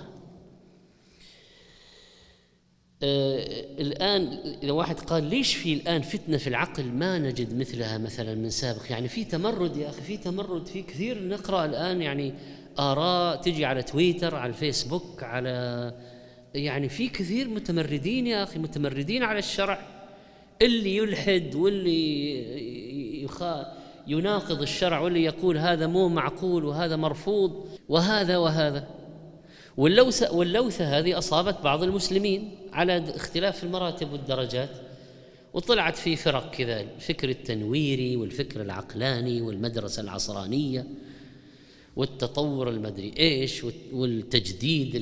الآن إذا واحد قال ليش في الآن فتنة في العقل ما نجد مثلها مثلا من سابق، يعني في تمرد يا أخي، في تمرد، في كثير نقرأ الآن يعني آراء تجي على تويتر، على الفيسبوك، على يعني في كثير متمردين يا أخي، متمردين على الشرع، اللي يلحد واللي يناقض الشرع واللي يقول هذا مو معقول وهذا مرفوض وهذا وهذا. واللوثة هذه أصابت بعض المسلمين على اختلاف المراتب والدرجات، وطلعت في فرق كذا، الفكر التنويري والفكر العقلاني والمدرسة العصرانية والتطور المدري إيش والتجديد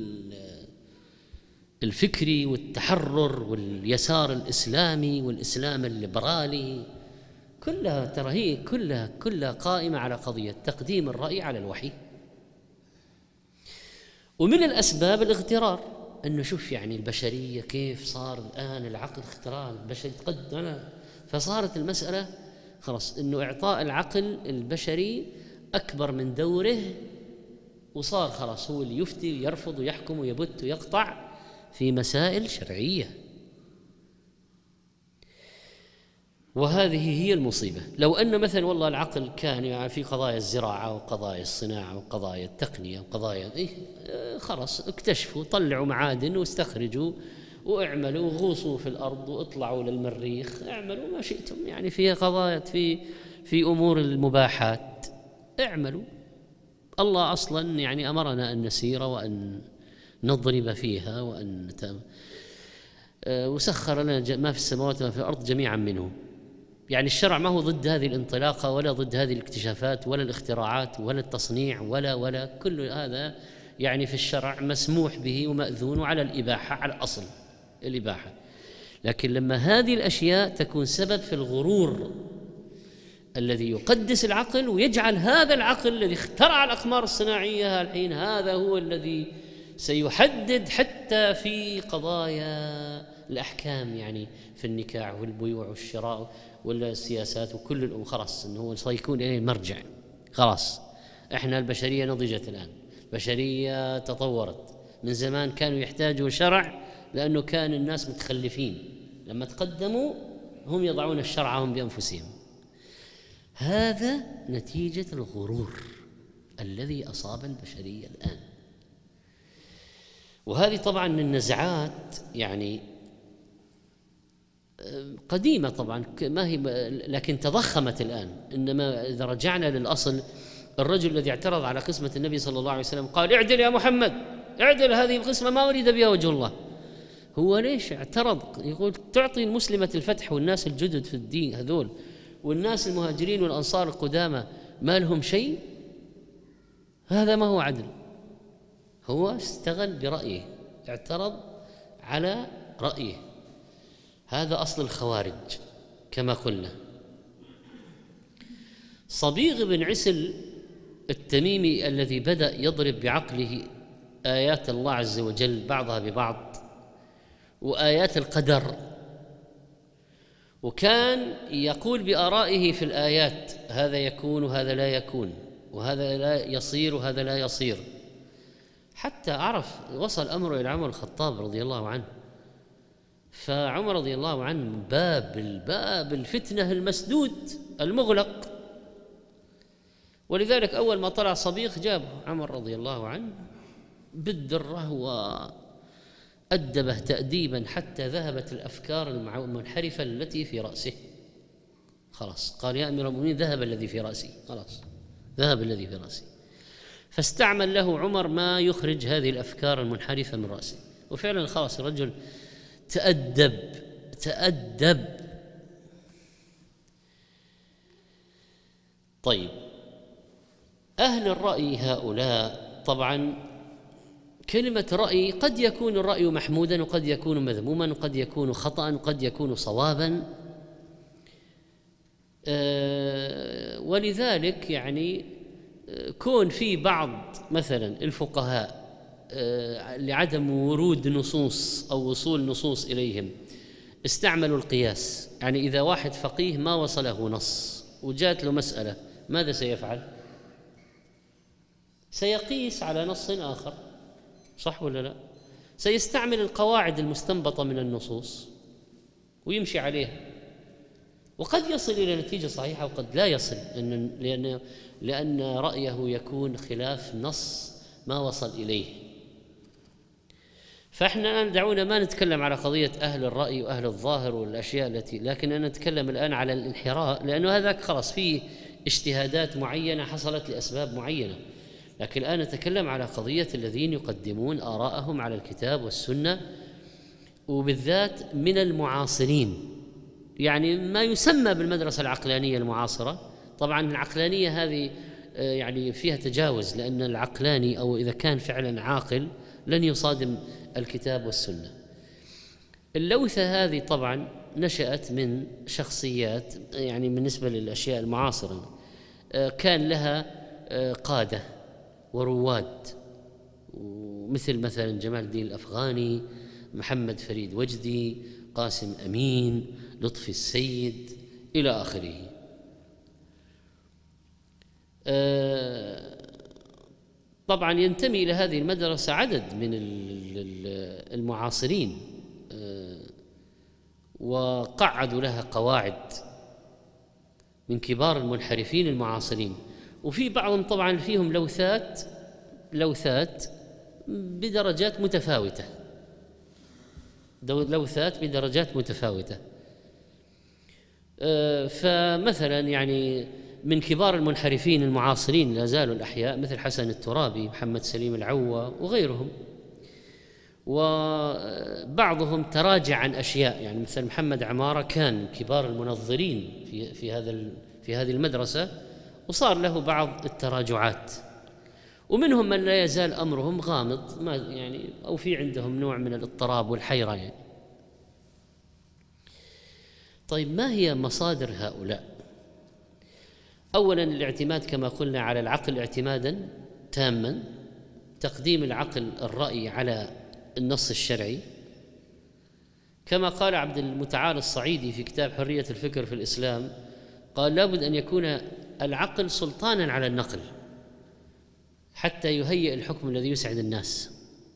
الفكري والتحرر واليسار الإسلامي والإسلام الليبرالي، كلها ترى هي كلها قائمة على قضية تقديم الرأي على الوحي. ومن الأسباب الاغترار، أنه شوف يعني البشرية كيف صار الآن العقل اختراع البشري تقدم، فصارت المسألة خلاص أنه إعطاء العقل البشري أكبر من دوره، وصار خلاص هو اللي يفتي ويرفض ويحكم ويبت ويقطع في مسائل شرعية. وهذه هي المصيبة. لو أن مثلا والله العقل كان يعني في قضايا الزراعة وقضايا الصناعة وقضايا التقنية وقضايا خلاص اكتشفوا، طلعوا معادن واستخرجوا واعملوا وغوصوا في الأرض واطلعوا للمريخ، اعملوا ما شئتم، يعني فيها قضايا في أمور المباحات اعملوا. الله أصلا يعني أمرنا أن نسير وأن نضرب فيها وأن وسخر لنا ما في السماوات وما في الأرض جميعا منه. يعني الشرع ما هو ضد هذه الانطلاقة ولا ضد هذه الاكتشافات ولا الاختراعات ولا التصنيع ولا كل هذا يعني في الشرع مسموح به ومأذون، وعلى الإباحة، على الأصل الإباحة. لكن لما هذه الأشياء تكون سبب في الغرور الذي يقدس العقل ويجعل هذا العقل الذي اخترع الأقمار الصناعية الحين هذا هو الذي سيحدد حتى في قضايا الأحكام، يعني في النكاح والبيوع والشراء والسياسات وكل الأمور، خلاص أنه هو سيكون إليه المرجع. خلاص إحنا البشرية نضجت الآن، البشرية تطورت. من زمان كانوا يحتاجوا شرع لأنه كان الناس متخلفين، لما تقدموا هم يضعون الشرع هم بأنفسهم. هذا نتيجة الغرور الذي أصاب البشرية الآن. وهذه طبعا النزعات يعني قديمة طبعا، ما هي لكن تضخمت الآن. إنما إذا رجعنا للأصل، الرجل الذي اعترض على قسمة النبي صلى الله عليه وسلم قال اعدل يا محمد، اعدل، هذه القسمة ما أريد بها وجه الله. هو ليش اعترض؟ يقول تعطي المسلمة الفتح والناس الجدد في الدين هذول والناس المهاجرين والأنصار القدامى ما لهم شيء؟ هذا ما هو عدل. هو استغل برأيه، اعترض على رأيه. هذا أصل الخوارج كما قلنا. صبيغ بن عسل التميمي الذي بدأ يضرب بعقله آيات الله عز وجل بعضها ببعض وآيات القدر، وكان يقول بآرائه في الآيات هذا يكون وهذا لا يكون، وهذا لا يصير وهذا لا يصير، حتى عرف وصل أمره إلى عمر الخطاب رضي الله عنه. فعمر رضي الله عنه باب الفتنة المسدود المغلق، ولذلك أول ما طلع صبيغ جابه عمر رضي الله عنه بالدرة وأدبه تأديبا حتى ذهبت الأفكار المنحرفة التي في رأسه. خلاص قال يا أمير المؤمنين ذهب الذي في رأسي، خلاص ذهب الذي في رأسي. فاستعمل له عمر ما يخرج هذه الأفكار المنحرفة من رأسه، وفعلا خلاص الرجل تأدب. طيب أهل الرأي هؤلاء طبعا كلمة رأي قد يكون الرأي محمودا وقد يكون مذموما وقد يكون خطأ وقد يكون صوابا، ولذلك يعني كون في بعض مثلا الفقهاء لعدم ورود نصوص أو وصول نصوص إليهم استعملوا القياس. يعني إذا واحد فقيه ما وصله نص وجات له مسألة ماذا سيفعل؟ سيقيس على نص آخر، صح ولا لا؟ سيستعمل القواعد المستنبطة من النصوص ويمشي عليها، وقد يصل إلى نتيجة صحيحة وقد لا يصل، لأن رأيه يكون خلاف نص ما وصل إليه. فإحنا الآن دعونا ما نتكلم على قضية أهل الرأي وأهل الظاهر والأشياء التي، لكن أنا نتكلم الآن على الانحراف، لأنه هذاك خلاص فيه اجتهادات معينة حصلت لأسباب معينة. لكن الآن نتكلم على قضية الذين يقدمون آراءهم على الكتاب والسنة، وبالذات من المعاصرين، يعني ما يسمى بالمدرسة العقلانية المعاصرة. طبعا العقلانية هذه يعني فيها تجاوز، لأن العقلاني أو إذا كان فعلا عاقل لن يصادم الكتاب والسنة. اللوثة هذه طبعا نشأت من شخصيات، يعني بالنسبة للأشياء المعاصرة كان لها قادة ورواد، ومثل مثلا جمال الدين الأفغاني، محمد فريد وجدي، قاسم أمين، لطفي السيد إلى آخره. طبعا ينتمي إلى هذه المدرسة عدد من المعاصرين، وقعدوا لها قواعد من كبار المنحرفين المعاصرين. وفي بعضهم طبعا فيهم لوثات بدرجات متفاوتة، فمثلا يعني من كبار المنحرفين المعاصرين لا زالوا الأحياء مثل حسن الترابي، محمد سليم العوة وغيرهم. وبعضهم تراجع عن أشياء، يعني مثل محمد عمارة كان كبار المنظرين في هذه المدرسة، وصار له بعض التراجعات. ومنهم من لا يزال أمرهم غامض، ما يعني أو في عندهم نوع من الاضطراب والحيرة يعني. طيب ما هي مصادر هؤلاء؟ أولا الاعتماد كما قلنا على العقل اعتمادا تاما، تقديم العقل الرأي على النص الشرعي، كما قال عبد المتعال الصعيدي في كتاب حرية الفكر في الإسلام، قال لابد أن يكون العقل سلطانا على النقل حتى يهيئ الحكم الذي يسعد الناس.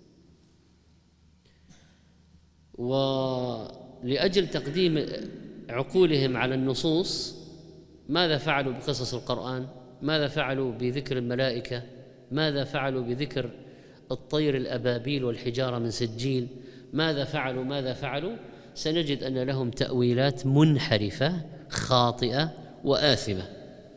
ولأجل تقديم عقولهم على النصوص ماذا فعلوا بقصص القرآن؟ ماذا فعلوا بذكر الملائكة؟ ماذا فعلوا بذكر الطير الأبابيل والحجارة من سجيل؟ ماذا فعلوا؟ سنجد أن لهم تأويلات منحرفة خاطئة وآثمة.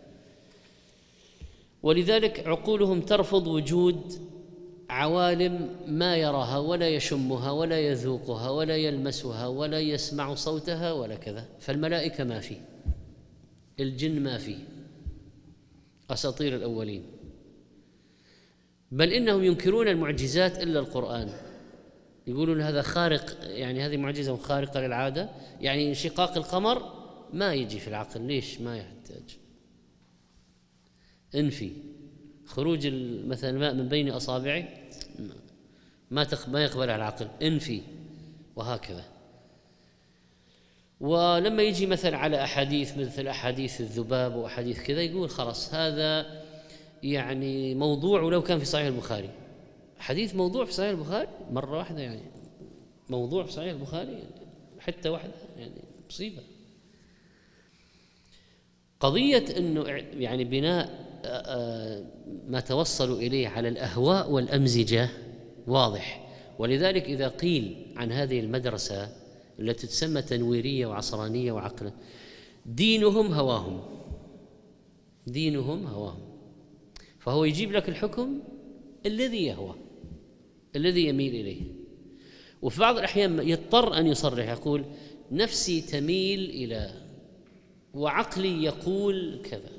ولذلك عقولهم ترفض وجود عوالم ما يراها ولا يشمها ولا يذوقها ولا يلمسها ولا يسمع صوتها ولا كذا. فالملائكة ما فيه، الجن ما فيه، أساطير الأولين، بل إنهم ينكرون المعجزات إلا القرآن، يقولون هذا خارق، يعني هذه معجزة خارقة للعادة، يعني انشقاق القمر ما يجي في العقل، ليش ما يحتاج؟ انفي خروج مثلا الماء من بين أصابعه ما يقبلها العقل، انفي، وهكذا. ولما يجي مثل على أحاديث مثل أحاديث الذباب وأحاديث كذا، يقول خلاص هذا يعني موضوع، ولو كان في صحيح البخاري. حديث موضوع في صحيح البخاري مرة واحدة، يعني موضوع في صحيح البخاري يعني حتى واحدة، يعني مصيبة. قضية أنه يعني بناء ما توصلوا إليه على الأهواء والأمزجة واضح. ولذلك إذا قيل عن هذه المدرسة التي تسمى تنويرية وعصرانية وعقل، دينهم هواهم، فهو يجيب لك الحكم الذي يهوى، الذي يميل إليه. وفي بعض الأحيان يضطر أن يصرح، يقول نفسي تميل إلى، وعقلي يقول كذا.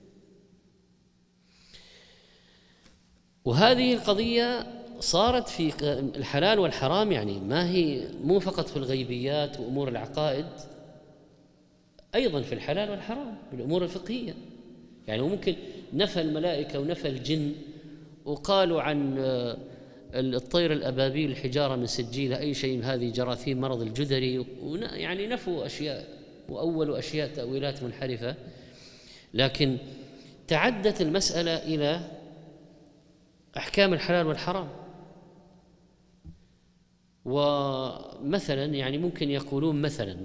وهذه القضية صارت في الحلال والحرام، يعني ما هي مو فقط في الغيبيات وأمور العقائد، أيضا في الحلال والحرام بالأمور الفقهية. يعني ممكن نفى الملائكة ونفى الجن، وقالوا عن الطير الأبابيل الحجارة من سجيل أي شيء، هذه جراثيم مرض الجدري، يعني نفوا أشياء وأولوا أشياء تأويلات منحرفة. لكن تعدت المسألة إلى أحكام الحلال والحرام. ومثلا يعني ممكن يقولون مثلا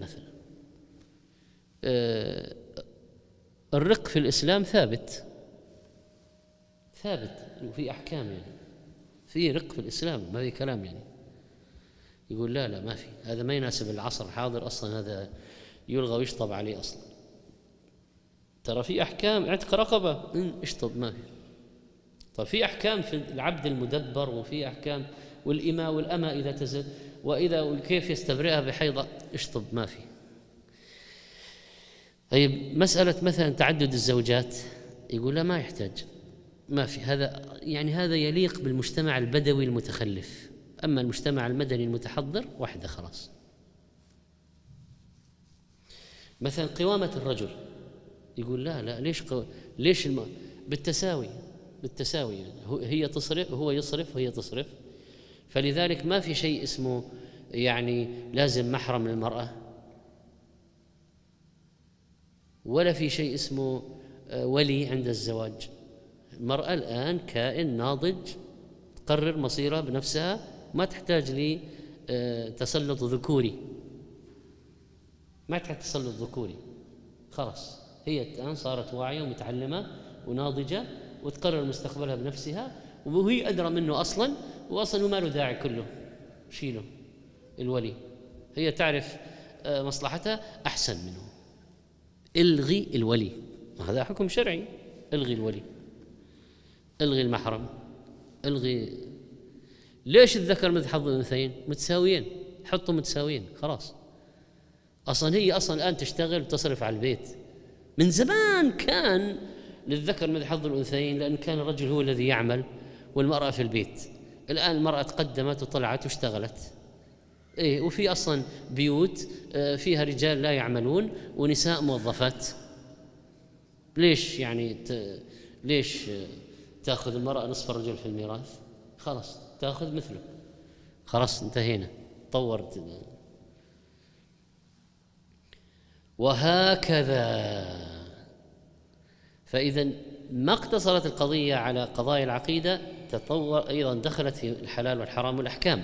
الرق في الإسلام ثابت وفي أحكام، يعني في رق في الإسلام، ما في كلام يعني. يقول لا لا ما في، هذا ما يناسب العصر الحاضر أصلا، هذا يلغى ويشطب عليه أصلا. ترى في أحكام عتق رقبة اشطب ما في. طب في أحكام في العبد المدبر، وفي أحكام والإماء والأمة إذا تزل، وإذا كيف يستبرئها بحيضة اشطب ما في. طيب مسألة مثلا تعدد الزوجات، يقول لا ما يحتاج، ما في، هذا يعني هذا يليق بالمجتمع البدوي المتخلف، أما المجتمع المدني المتحضر واحدة خلاص. مثلا قوامة الرجل، يقول لا لا ليش بالتساوي، بالتساوي يعني هي تصرف وهو يصرف وهي تصرف، فلذلك ما في شيء اسمه يعني لازم محرم للمرأة، ولا في شيء اسمه ولي عند الزواج. المرأة الآن كائن ناضج تقرر مصيرها بنفسها، ما تحتاج لتسلط ذكوري، ما تحتاج تسلط ذكوري، خلاص هي الآن صارت واعية ومتعلمة وناضجة وتقرر مستقبلها بنفسها، وهي أدرى منه أصلا، وأصلا ما له داعي كله شيله الولي، هي تعرف مصلحتها أحسن منه. الغي الولي، هذا حكم شرعي، الغي الولي، الغي المحرم، الغي. ليش الذكر مثل حظ الأنثيين؟ متساويين، حطوا متساويين خلاص. أصلا هي أصلا الآن تشتغل وتصرف على البيت، من زمان كان للذكر مثل حظ الأنثيين، لأن كان الرجل هو الذي يعمل والمرأة في البيت. الآن المرأة تقدمت وطلعت واشتغلت، إيه، وفي أصلا بيوت فيها رجال لا يعملون ونساء موظفات. ليش يعني ليش تأخذ المرأة نصف الرجل في الميراث؟ خلاص تأخذ مثله، خلاص انتهينا، طورت. وهكذا. فإذا ما اقتصرت القضية على قضايا العقيدة، تطور أيضا، دخلت في الحلال والحرام والأحكام.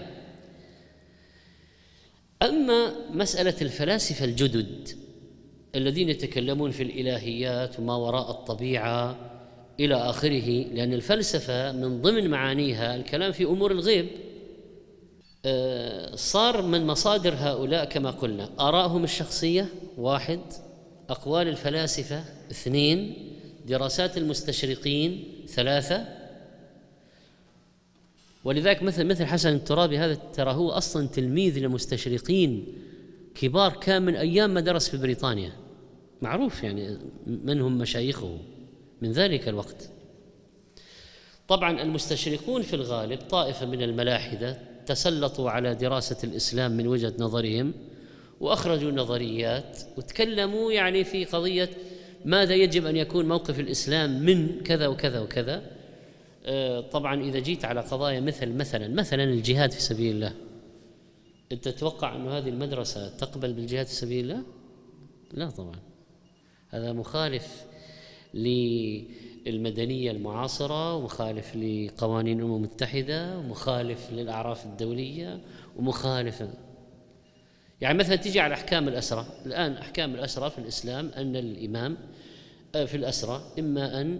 أما مسألة الفلاسفة الجدد الذين يتكلمون في الإلهيات وما وراء الطبيعة إلى آخره، لأن الفلسفة من ضمن معانيها الكلام في أمور الغيب، صار من مصادر هؤلاء كما قلنا آرائهم الشخصية 1، أقوال الفلاسفة 2، دراسات المستشرقين 3. ولذلك مثل حسن الترابي هذا، ترى هو أصلا تلميذ لمستشرقين كبار، كان من أيام ما درس في بريطانيا، معروف يعني من هم مشايخه من ذلك الوقت. طبعا المستشرقون في الغالب طائفة من الملاحدة تسلطوا على دراسة الإسلام من وجهة نظرهم، وأخرجوا نظريات وتكلموا يعني في قضية ماذا يجب أن يكون موقف الإسلام من كذا وكذا وكذا. طبعا إذا جيت على قضايا مثلا الجهاد في سبيل الله، أنت تتوقع أن هذه المدرسة تقبل بالجهاد في سبيل الله؟ لا طبعا، هذا مخالف للمدنية المعاصرة، ومخالف لقوانين الأمم المتحدة، ومخالف للأعراف الدولية، ومخالف. يعني مثلا تيجي على أحكام الأسرة، الآن أحكام الأسرة في الإسلام أن الإمام في الأسرة إما أن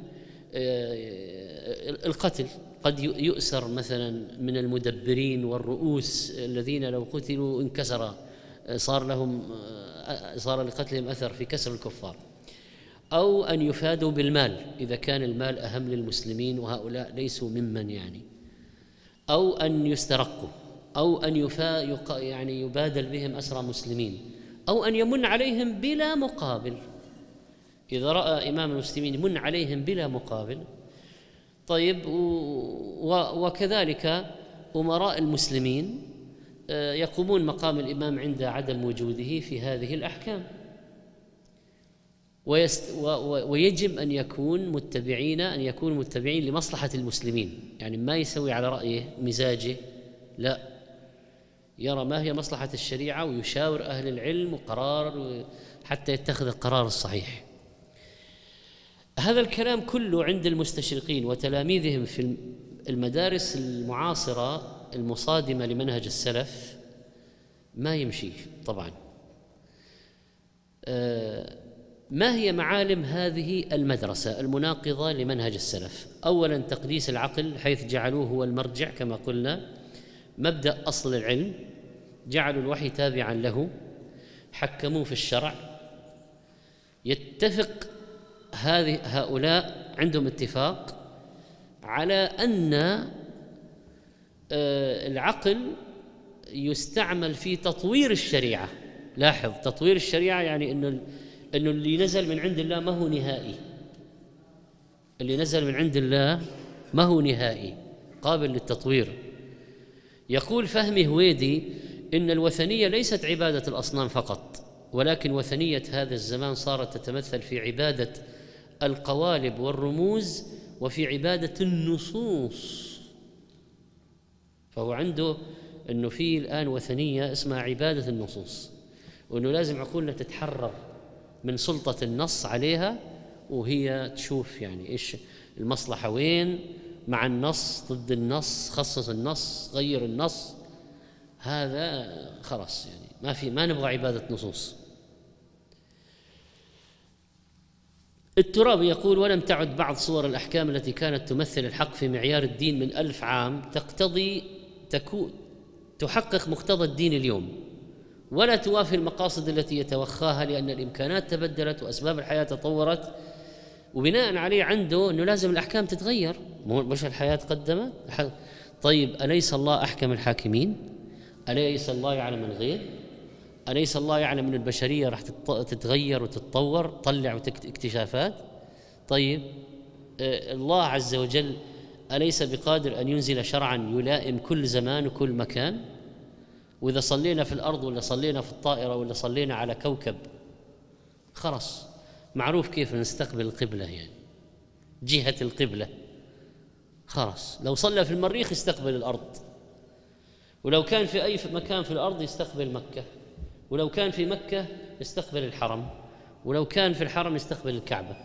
القتل، قد يؤسر مثلا من المدبرين والرؤوس الذين لو قتلوا انكسر، صار لقتلهم أثر في كسر الكفار، أو أن يفادوا بالمال إذا كان المال أهم للمسلمين وهؤلاء ليسوا ممن يعني، أو أن يسترقوا، أو أن يعني يبادل بهم أسرى مسلمين، أو أن يمن عليهم بلا مقابل. إذا رأى إمام المسلمين يمن عليهم بلا مقابل. طيب، وكذلك أمراء المسلمين يقومون مقام الإمام عند عدم وجوده في هذه الأحكام، ويجب أن يكونوا متبعين لمصلحة المسلمين، يعني ما يسوي على رأيه مزاجه، لا، يرى ما هي مصلحة الشريعة ويشاور أهل العلم وقرار حتى يتخذ القرار الصحيح. هذا الكلام كله عند المستشرقين وتلاميذهم في المدارس المعاصرة المصادمة لمنهج السلف ما يمشي طبعا. ما هي معالم هذه المدرسة المناقضة لمنهج السلف؟ أولا تقديس العقل، حيث جعلوه هو المرجع كما قلنا، مبدأ أصل العلم، جعلوا الوحي تابعا له، حكموه في الشرع. يتفق هؤلاء عندهم اتفاق على أن العقل يستعمل في تطوير الشريعة. لاحظ، تطوير الشريعة يعني إنه اللي نزل من عند الله ما هو نهائي، اللي نزل من عند الله ما هو نهائي، قابل للتطوير. يقول فهمي هويدي إن الوثنية ليست عبادة الأصنام فقط، ولكن وثنية هذا الزمان صارت تتمثل في عبادة القوالب والرموز وفي عبادة النصوص. فهو عنده أنه في الآن وثنية اسمها عبادة النصوص، وأنه لازم عقولنا تتحرر من سلطة النص عليها، وهي تشوف يعني إيش المصلحة وين، مع النص ضد النص، خصص النص غير النص. هذا خلاص يعني ما نبغى عبادة نصوص. الترابي يقول ولم تعد بعض صور الأحكام التي كانت تمثل الحق في معيار الدين من 1000 عام تحقق مقتضى الدين اليوم، ولا توافي المقاصد التي يتوخاها، لأن الإمكانات تبدلت وأسباب الحياة تطورت، وبناء عليه عنده أنه لازم الأحكام تتغير، مش الحياة تقدمت. طيب أليس الله أحكم الحاكمين؟ أليس الله يعلم الغيب؟ أليس الله يعلم أن البشرية راح تتغير وتتطور، تطلع اكتشافات؟ طيب الله عز وجل أليس بقادر أن ينزل شرعا يلائم كل زمان وكل مكان؟ وإذا صلينا في الأرض ولا صلينا في الطائرة ولا صلينا على كوكب، خلاص معروف كيف نستقبل القبلة، يعني جهة القبلة. خلاص لو صلى في المريخ يستقبل الأرض، ولو كان في أي مكان في الأرض يستقبل مكة، ولو كان في مكة يستقبل الحرم، ولو كان في الحرم يستقبل الكعبة.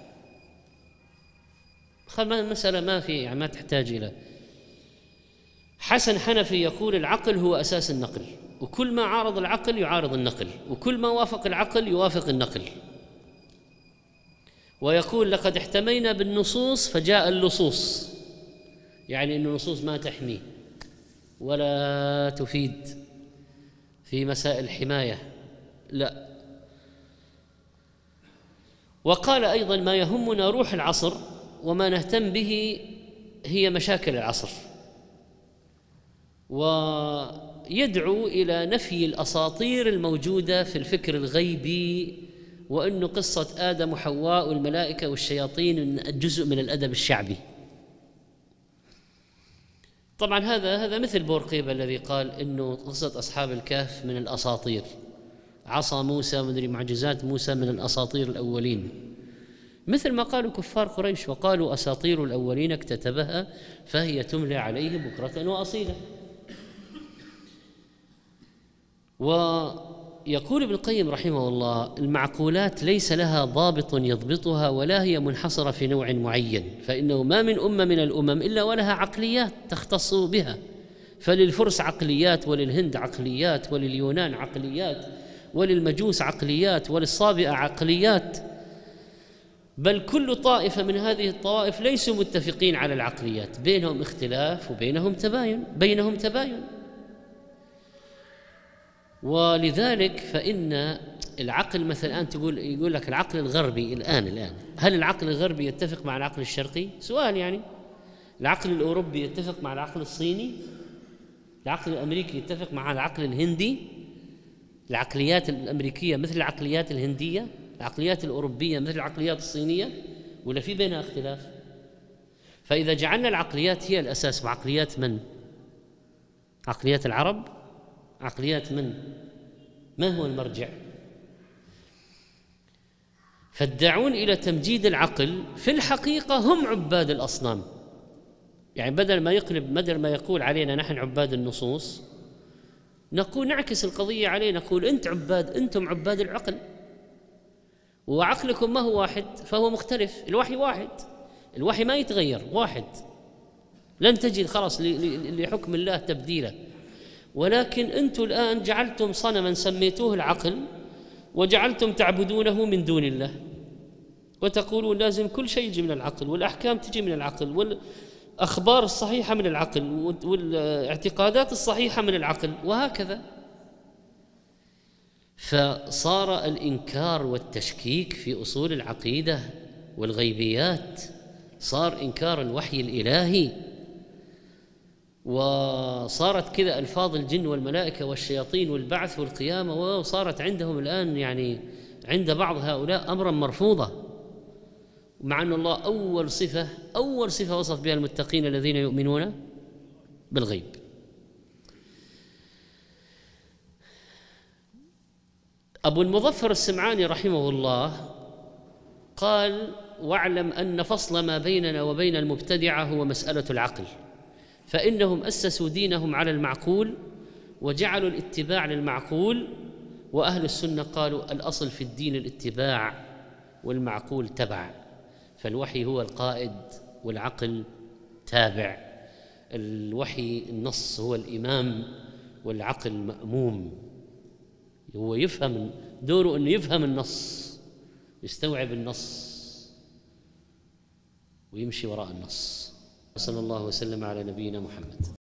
المسألة ما في يعني ما تحتاج إلى. حسن حنفي يقول العقل هو أساس النقل، وكل ما عارض العقل يعارض النقل، وكل ما وافق العقل يوافق النقل. ويقول لقد احتمينا بالنصوص فجاء اللصوص، يعني أن النصوص ما تحمي ولا تفيد في مسائل الحماية، لا. وقال أيضا ما يهمنا روح العصر، وما نهتم به هي مشاكل العصر، ويدعو إلى نفي الأساطير الموجودة في الفكر الغيبي، وأن قصة آدم وحواء والملائكة والشياطين جزء من الأدب الشعبي. طبعا هذا مثل بورقيبة الذي قال إنه قصة أصحاب الكهف من الأساطير، عصا موسى مدري معجزات موسى من الأساطير الأولين، مثل ما قالوا كفار قريش، وقالوا أساطير الأولين اكتتبها فهي تملى عليه بكرة وأصيلا. ويقول ابن القيم رحمه الله المعقولات ليس لها ضابط يضبطها، ولا هي منحصرة في نوع معين، فإنه ما من أمة من الأمم إلا ولها عقليات تختص بها، فللفرس عقليات، وللهند عقليات، ولليونان عقليات، وللمجوس عقليات، وللصابئة عقليات، بل كل طائفة من هذه الطوائف ليسوا متفقين على العقليات، بينهم اختلاف وبينهم تباين. ولذلك فإن العقل مثلا الآن يقول لك العقل الغربي الآن هل العقل الغربي يتفق مع العقل الشرقي؟ سؤال يعني. العقل الأوروبي يتفق مع العقل الصيني؟ العقل الأمريكي يتفق مع العقل الهندي؟ العقليات الأمريكية مثل العقليات الهندية؟ العقليات الأوروبية مثل العقليات الصينية؟ ولا في بينها اختلاف؟ فإذا جعلنا العقليات هي الأساس، وعقليات من؟ عقليات العرب؟ عقليات من؟ ما هو المرجع؟ فالداعون إلى تمجيد العقل في الحقيقة هم عباد الأصنام. يعني بدل ما يقول علينا نحن عباد النصوص، نعكس القضية عليه، نقول أنتم عباد العقل، وعقلكم ما هو واحد فهو مختلف. الوحي واحد، الوحي ما يتغير، واحد، لن تجد خلاص لحكم الله تبديلا. ولكن أنتم الآن جعلتم صنما سميتوه العقل، وجعلتم تعبدونه من دون الله، وتقولون لازم كل شيء يجي من العقل، والأحكام تجي من العقل، والأخبار الصحيحة من العقل، والاعتقادات الصحيحة من العقل، وهكذا. فصار الإنكار والتشكيك في أصول العقيدة والغيبيات صار إنكار الوحي الإلهي، وصارت كذا ألفاظ الجن والملائكة والشياطين والبعث والقيامة، وصارت عندهم الآن يعني عند بعض هؤلاء أمرا مرفوضا، مع أن الله أول صفة وصف بها المتقين الذين يؤمنون بالغيب. أبو المظفر السمعاني رحمه الله قال: واعلم أن فصل ما بيننا وبين المبتدعة هو مسألة العقل، فإنهم أسسوا دينهم على المعقول وجعلوا الاتباع للمعقول، وأهل السنة قالوا الأصل في الدين الاتباع والمعقول تبع، فالوحي هو القائد والعقل تابع. الوحي النص هو الإمام والعقل مأموم، هو يفهم، دوره أنه يفهم النص، يستوعب النص ويمشي وراء النص. صلى الله وسلم على نبينا محمد.